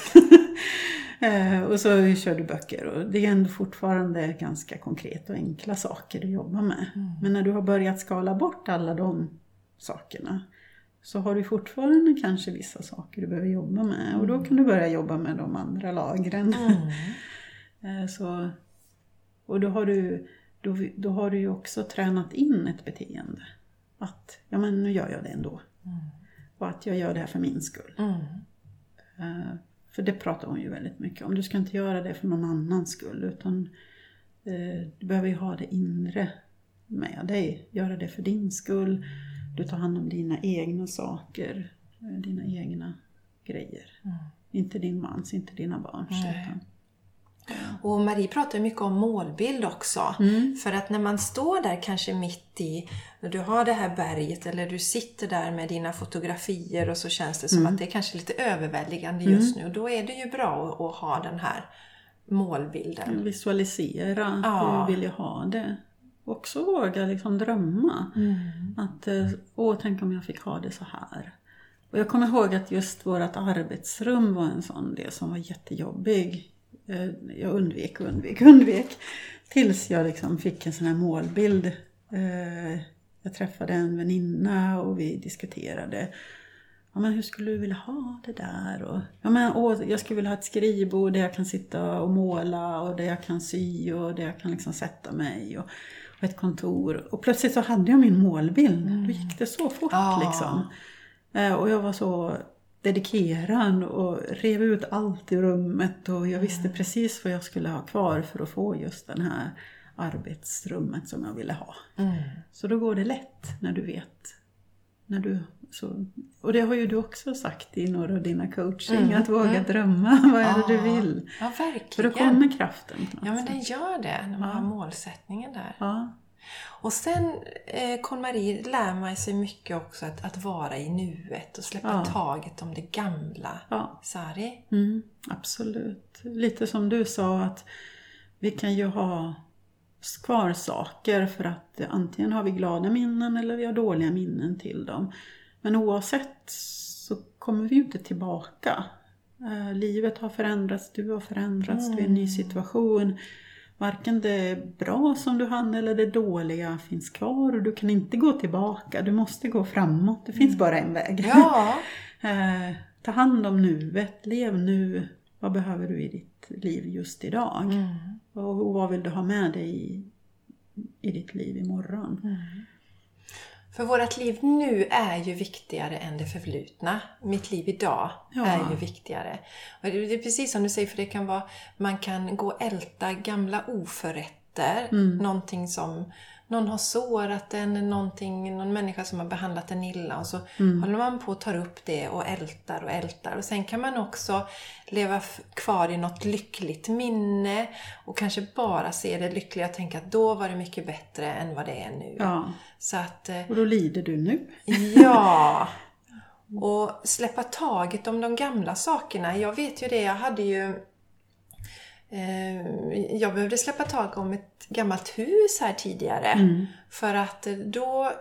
Och så kör du böcker och det är ändå fortfarande ganska konkreta och enkla saker du jobbar med. Mm. Men när du har börjat skala bort alla de sakerna så har du fortfarande kanske vissa saker du behöver jobba med. Mm. Och då kan du börja jobba med de andra lagren. Mm. Så, och då har, du, då, då har du ju också tränat in ett beteende. Att, ja men nu gör jag det ändå. Mm. Och att jag gör det här för min skull. Mm. Uh, för det pratar hon ju väldigt mycket om. Du ska inte göra det för någon annans skull. Utan uh, du behöver ju ha det inre med dig. Göra det för din skull. Du tar hand om dina egna saker. Dina egna grejer. Mm. Inte din mans, inte dina barns. Utan, ja. Och Marie pratar mycket om målbild också. Mm. För att när man står där kanske mitt i, när du har det här berget eller du sitter där med dina fotografier och så känns det som mm. att det är kanske lite överväldigande just mm. nu. Och då är det ju bra att ha den här målbilden. Visualisera, ja. Hur vill jag ha det? Också våga liksom drömma. Mm. Att, åh, tänk om jag fick ha det så här. Och jag kommer ihåg att just vårt arbetsrum var en sån del som var jättejobbig. Jag undvek, undvek, undvek. Tills jag liksom fick en sån här målbild. Jag träffade en väninna och vi diskuterade. Ja, men hur skulle du vilja ha det där? Och, ja, men, åh, jag skulle vilja ha ett skrivbord där jag kan sitta och måla. Och där jag kan sy och där jag kan liksom sätta mig. Och, och ett kontor. Och plötsligt så hade jag min målbild. Mm. Då gick det så fort ah. liksom. Och jag var så dedikerad och rev ut allt i rummet. Och jag visste mm. precis vad jag skulle ha kvar för att få just den här arbetsrummet som jag ville ha. Mm. Så då går det lätt när du vet. När du, så, och det har ju du också sagt i några av dina coaching. Mm. Att våga mm. drömma. Vad är ja. det du vill? Ja, verkligen. För då kommer kraften. Ja, men den gör det när man ja. har målsättningen där. Ja. Och sen eh, KonMari lär man sig mycket också att, att vara i nuet och släppa ja. taget om det gamla. Ja. Sari? Mm, absolut. Lite som du sa att vi kan ju ha kvar saker för att antingen har vi glada minnen eller vi har dåliga minnen till dem. Men oavsett så kommer vi ju inte tillbaka. Eh, livet har förändrats, du har förändrats, mm. det är en ny situation. Varken det bra som du hann eller det dåliga finns kvar. Och du kan inte gå tillbaka. Du måste gå framåt. Det finns mm. bara en väg. Ja. eh, ta hand om nuet. Lev nu. Vad behöver du i ditt liv just idag? Mm. Och, och vad vill du ha med dig i, i ditt liv imorgon? Mm. För vårt liv nu är ju viktigare än det förflutna. Mitt liv idag ja. är ju viktigare. Och det är precis som du säger, för det kan vara, man kan gå och älta gamla oförrätter. Mm. Någonting som någon har sårat en, någonting, någon människa som har behandlat en illa. Och så mm. håller man på att ta upp det och ältar och ältar. Och sen kan man också leva f- kvar i något lyckligt minne. Och kanske bara se det lyckliga och tänka att då var det mycket bättre än vad det är nu. Ja. Så att, och då lider du nu. Ja. Och släppa taget om de gamla sakerna. Jag vet ju det, jag hade ju... Jag behövde släppa tag om ett gammalt hus här tidigare. Mm. För att då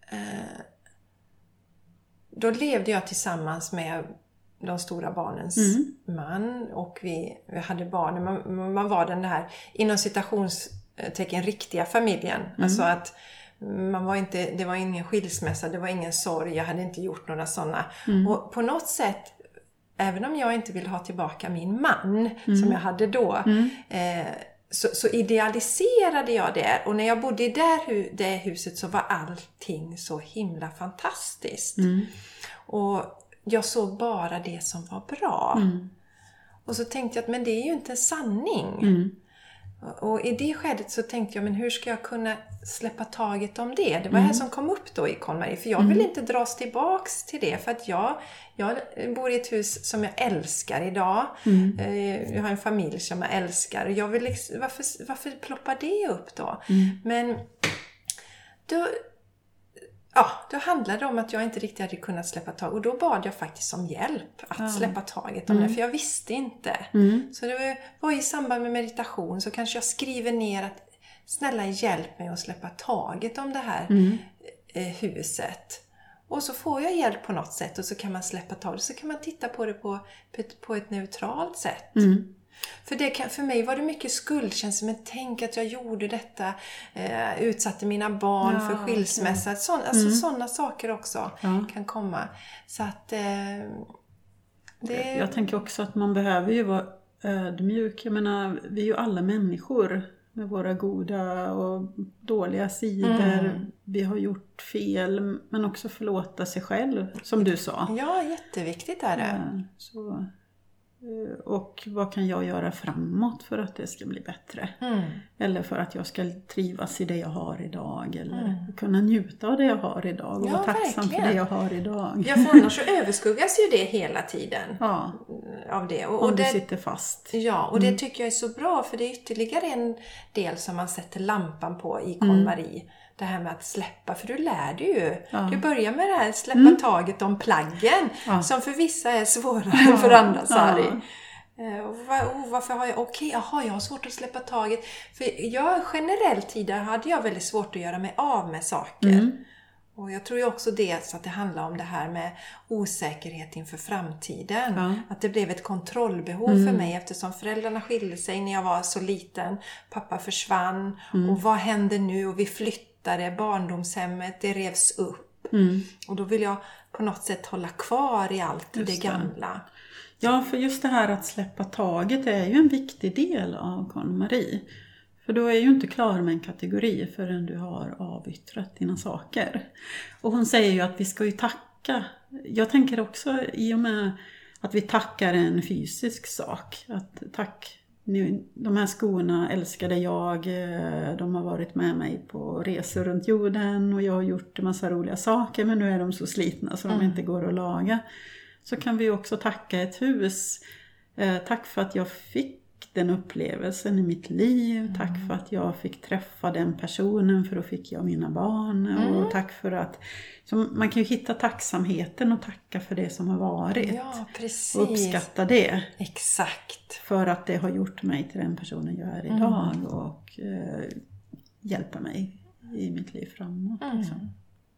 då levde jag tillsammans med de stora barnens mm. man. Och vi, vi hade barn. Man, man var den här inom citationstecken riktiga familjen. Mm. Alltså att man var inte, det var ingen skilsmässa, det var ingen sorg. Jag hade inte gjort några sådana. Mm. Och på något sätt, även om jag inte vill ha tillbaka min man mm. som jag hade då, mm. eh, så, så idealiserade jag det. Och när jag bodde i det, det huset så var allting så himla fantastiskt. Mm. Och jag såg bara det som var bra. Mm. Och så tänkte jag att men det är ju inte en sanning. Mm. Och i det skedet så tänkte jag, men hur ska jag kunna släppa taget om det? Det var mm. här som kom upp då i KonMari. För jag vill mm. inte dras tillbaks till det. För att jag, jag bor i ett hus som jag älskar idag. Mm. Jag har en familj som jag älskar. Och jag vill liksom, varför, varför ploppar det upp då? Mm. Men då... Ja, då handlade det om att jag inte riktigt hade kunnat släppa tag. Och då bad jag faktiskt om hjälp att ja. släppa taget om mm. det. För jag visste inte. Mm. Så det var i samband med meditation så kanske jag skriver ner att snälla hjälp mig att släppa taget om det här mm. huset. Och så får jag hjälp på något sätt och så kan man släppa taget. Så kan man titta på det på, på ett neutralt sätt. Mm. För, det kan, för mig var det mycket skuldkänsla, men tänk att jag gjorde detta, eh, utsatte mina barn ja, för skilsmässa. Okay. Sån, alltså mm. sådana saker också ja. kan komma. Så att eh, det... Jag tänker också att man behöver ju vara ödmjuk. Jag menar, vi är ju alla människor med våra goda och dåliga sidor. Mm. Vi har gjort fel, men också förlåta sig själv, som du sa. Ja, jätteviktigt är det. Ja, så... Och vad kan jag göra framåt för att det ska bli bättre? Mm. Eller för att jag ska trivas i det jag har idag. Eller mm. kunna njuta av det jag har idag. Och ja, vara tacksam verkligen. För det jag har idag. Ja, för annars så överskuggas ju det hela tiden. Ja, av det. Och, och om det, du sitter fast. Ja, och mm. det tycker jag är så bra. För det är ytterligare en del som man sätter lampan på i KonMari. Mm. Det här med att släppa, för du lär dig ju. Ja. Du börjar med det här, släppa mm. taget om plaggen. Ja. Som för vissa är svårare ja. än för andra, Sari. Ja. Och var, oh, varför har jag, okej, okay, jaha, jag har svårt att släppa taget. För jag generellt tidigare hade jag väldigt svårt att göra mig av med saker. Mm. Och jag tror ju också det, så att det handlar om det här med osäkerhet inför framtiden. Ja. Att det blev ett kontrollbehov mm. för mig eftersom föräldrarna skilde sig när jag var så liten. Pappa försvann. Mm. Och vad händer nu? Och vi flyttade, barndomshemmet, det revs upp. Mm. Och då vill jag på något sätt hålla kvar i allt just det gamla. Ja, för just det här att släppa taget är ju en viktig del av KonMari. För då är ju inte klar med en kategori förrän du har avyttrat dina saker. Och hon säger ju att vi ska ju tacka. Jag tänker också i och med att vi tackar en fysisk sak. Att tack, nu, de här skorna älskade jag. De har varit med mig på resor runt jorden. Och jag har gjort en massa roliga saker. Men nu är de så slitna så de mm. inte går att laga. Så kan vi också tacka ett hus. Eh, tack för att jag fick den upplevelsen i mitt liv. Mm. Tack för att jag fick träffa den personen, för då fick jag mina barn. Mm. Och tack för att... Så man kan ju hitta tacksamheten och tacka för det som har varit. Ja, precis. Och uppskatta det. Exakt. För att det har gjort mig till den personen jag är idag. Mm. Och eh, hjälpa mig i mitt liv framåt. Mm. Liksom.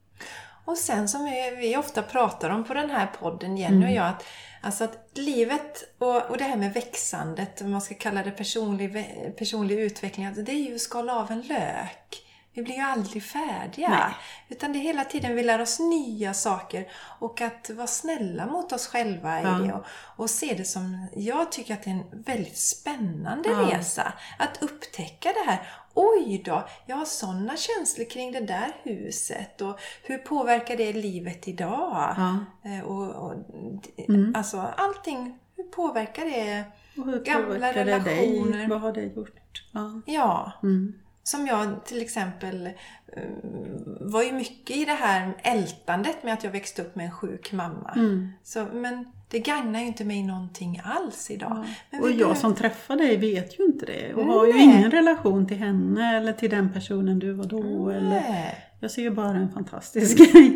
Och sen som vi, vi ofta pratar om på den här podden, Jenny mm. och jag, att, alltså att livet och, och det här med växandet, om man ska kalla det personlig, personlig utveckling, alltså det är ju att skala av en lök. Vi blir ju aldrig färdiga. Nej. Utan det är hela tiden vi lär oss nya saker. Och att vara snälla mot oss själva ja. i det. Och, och se det som, jag tycker att det är en väldigt spännande ja. resa. Att upptäcka det här. Oj då, jag har sådana känslor kring det där huset. Och hur påverkar det livet idag? Ja. Och, och, mm. Alltså allting, hur påverkar det och hur gamla påverkar relationer? Det dig? Vad har det gjort? Ja. Ja. Mm. Som jag till exempel var ju mycket i det här ältandet med att jag växte upp med en sjuk mamma. Mm. Så, men det gagnar ju inte mig någonting alls idag. Ja. Men och jag behöver... som träffar dig vet ju inte det. Och Nej. har ju ingen relation till henne eller till den personen du var då. Eller... Jag ser ju bara en fantastisk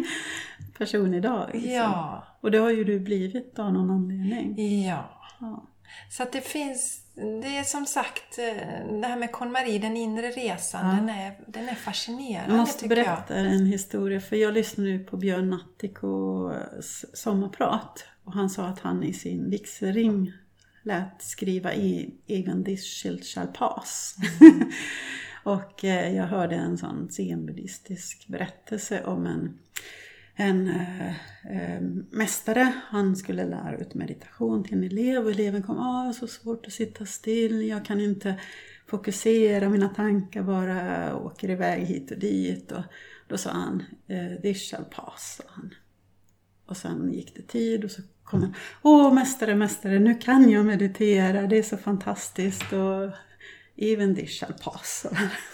person idag. Liksom. Ja. Och det har ju du blivit av någon anledning. Ja. ja. Så att det finns... Det är som sagt, det här med KonMari, den inre resan, ja. den, är, den är fascinerande. Jag måste berätta jag. en historia, för jag lyssnar nu på Björn Natthikos sommarprat. Och han sa att han i sin vigselring lät skriva i Even this shit shall pass. Mm. Och jag hörde en sån zen-buddhistisk berättelse om en... En äh, äh, mästare, han skulle lära ut meditation till en elev och eleven kom, ah, så svårt att sitta still, jag kan inte fokusera, mina tankar bara åker iväg hit och dit. Och då sa han, this shall pass, sa han. Och sen gick det tid och så kom han, åh mästare, mästare, nu kan jag meditera, det är så fantastiskt och even this shall pass.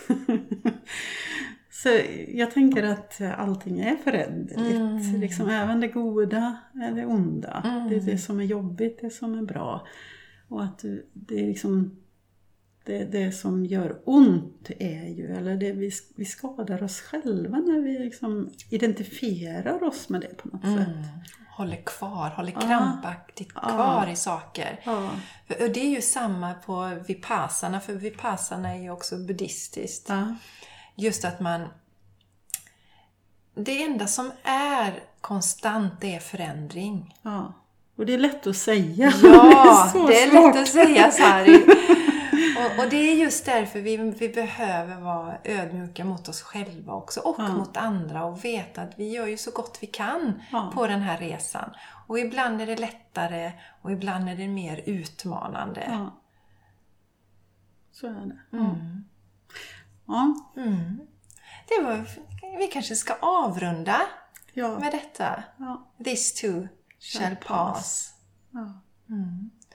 Så jag tänker att allting är föränderligt. Mm. Liksom, även det goda är det onda. Mm. Det är det som är jobbigt, det som är bra. Och att det är liksom... Det, det som gör ont är ju... Eller det vi, vi skadar oss själva när vi liksom identifierar oss med det på något mm. sätt. Håller kvar, håller krampaktigt ja. kvar ja. i saker. Ja. Och det är ju samma på vipassana. För vipassana är ju också buddhistiskt. Ja. Just att man... Det enda som är konstant, det är förändring. Ja, och det är lätt att säga. Ja, det är, det är lätt att säga, Sari. och, och det är just därför vi, vi behöver vara ödmjuka mot oss själva också. Och ja. mot andra. Och veta att vi gör ju så gott vi kan ja. på den här resan. Och ibland är det lättare och ibland är det mer utmanande. Ja, så är det. Mm. Ja. Mm. Det var, vi kanske ska avrunda ja. med detta. Ja. This too shall pass. Ja. Mm.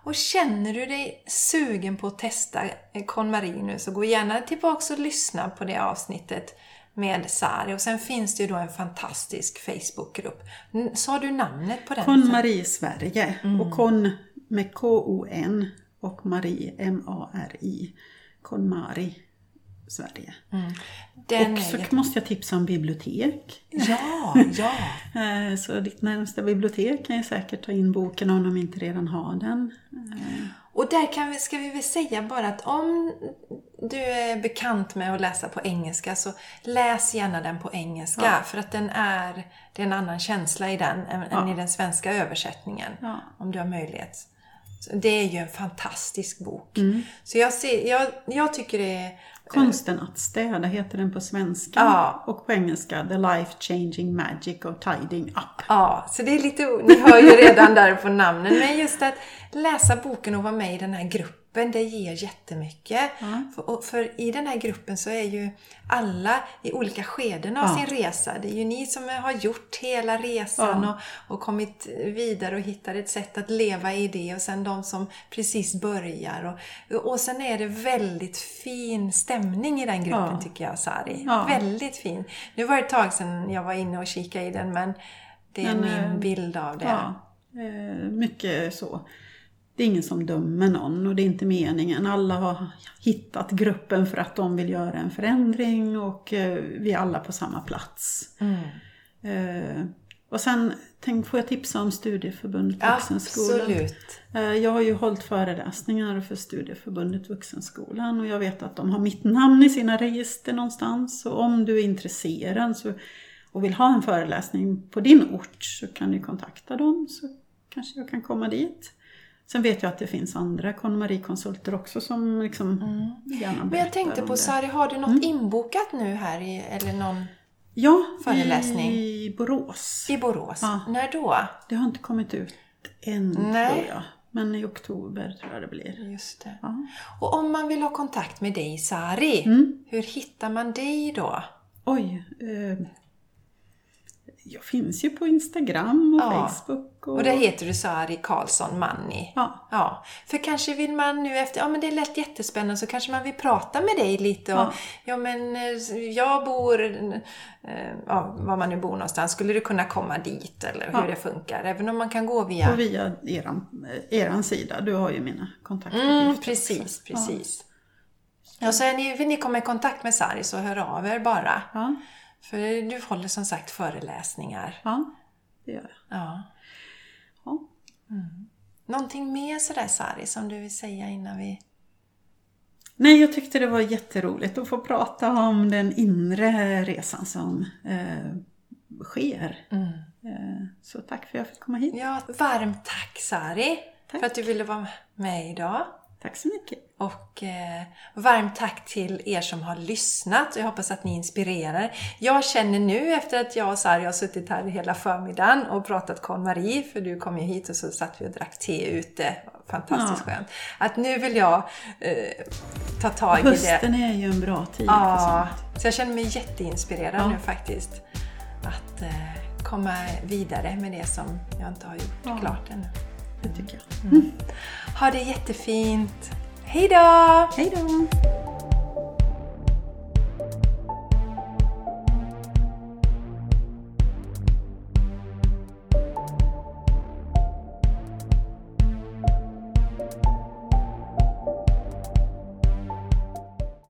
Och känner du dig sugen på att testa KonMari nu, så gå gärna tillbaka och lyssna på det avsnittet med Sari. Och sen finns det ju då en fantastisk Facebookgrupp. Sa du namnet på den? KonMari Sverige. Mm. Och Kon med K O N och Mari M A R I. KonMari Sverige. Mm. Den och så är... måste jag tipsa om bibliotek. Ja, ja. Så ditt närmsta bibliotek kan ju säkert ta in boken om de inte redan har den. Och där kan vi, ska vi väl säga bara att om du är bekant med att läsa på engelska, så läs gärna den på engelska. Ja. För att den är, det är en annan känsla i den än, ja. än i den svenska översättningen. Ja. Om du har möjlighet. Så det är ju en fantastisk bok. Mm. Så jag, ser, jag, jag tycker det är... Konsten att städa heter den på svenska. Ja. Och på engelska The Life Changing Magic of Tidying Up. Ja, så det är lite... Ni hör ju redan där på namnen. Men just att läsa boken och vara med i den här gruppen, det ger jättemycket. Ja. För, för i den här gruppen så är ju alla i olika skeden av ja. sin resa. Det är ju ni som har gjort hela resan ja. och, och kommit vidare och hittat ett sätt att leva i det. Och sen de som precis börjar. Och, och sen är det väldigt fin stämning i den gruppen ja. tycker jag, Sari. Ja. Väldigt fin. Nu var det ett tag sedan jag var inne och kikade i den, men det är men, min bild av det. Ja, mycket så. Det är ingen som dömer någon och det är inte meningen. Alla har hittat gruppen för att de vill göra en förändring och vi är alla på samma plats. Mm. Och sen tänk, får jag tipsa om Studieförbundet Vuxenskolan. Absolut. Jag har ju hållit föreläsningar för Studieförbundet Vuxenskolan och jag vet att de har mitt namn i sina register någonstans. Så om du är intresserad så, och vill ha en föreläsning på din ort, så kan du kontakta dem, så kanske jag kan komma dit. Sen vet jag att det finns andra KonMari-konsulter också som liksom mm. gärna berättar. Men jag tänkte på, Sari, har du något mm. inbokat nu här i, eller någon ja, föreläsning? i Borås. I Borås? Ja. När då? Det har inte kommit ut än, Nej. tror jag. Men i oktober tror jag det blir. Just det. Ja. Och om man vill ha kontakt med dig, Sari, mm. hur hittar man dig då? Oj, eh, jag finns ju på Instagram och ja. Facebook. Och... och där heter du Sari Karlsson Manni. Ja. ja. För kanske vill man nu efter, ja men det lät jättespännande, så kanske man vill prata med dig lite. Och, ja. ja men jag bor, ja, var man nu bor någonstans, skulle du kunna komma dit eller hur ja. det funkar? Även om man kan gå via... Och via eran, eran sida, du har ju mina kontakter. Mm, precis, också. precis. Ja. Ja, så är ni, vill ni komma i kontakt med Sari, så hör av er bara. Ja. För du håller som sagt föreläsningar. Ja, det gör jag. Ja. ja. Mm. Någonting mer sådär, Sari, som du vill säga innan vi... Nej, jag tyckte det var jätteroligt att få prata om den inre resan som eh, sker. Mm. Eh, så tack för att jag fick komma hit. Ja, varmt tack, Sari, tack. för att du ville vara med idag. Tack så mycket. Och eh, varmt tack till er som har lyssnat. Jag hoppas att ni inspirerar. Jag känner nu efter att jag och Sari har suttit här hela förmiddagen och pratat KonMari, för du kom ju hit och så satt vi och drack te ute. Fantastiskt ja. skönt. Att nu vill jag eh, ta tag i det. Hösten är ju en bra tid. Ja, så jag känner mig jätteinspirerad ja. nu faktiskt. Att eh, komma vidare med det som jag inte har gjort ja. klart ännu. Det tycker jag. Mm. Ha det jättefint. Hej då! Hej då!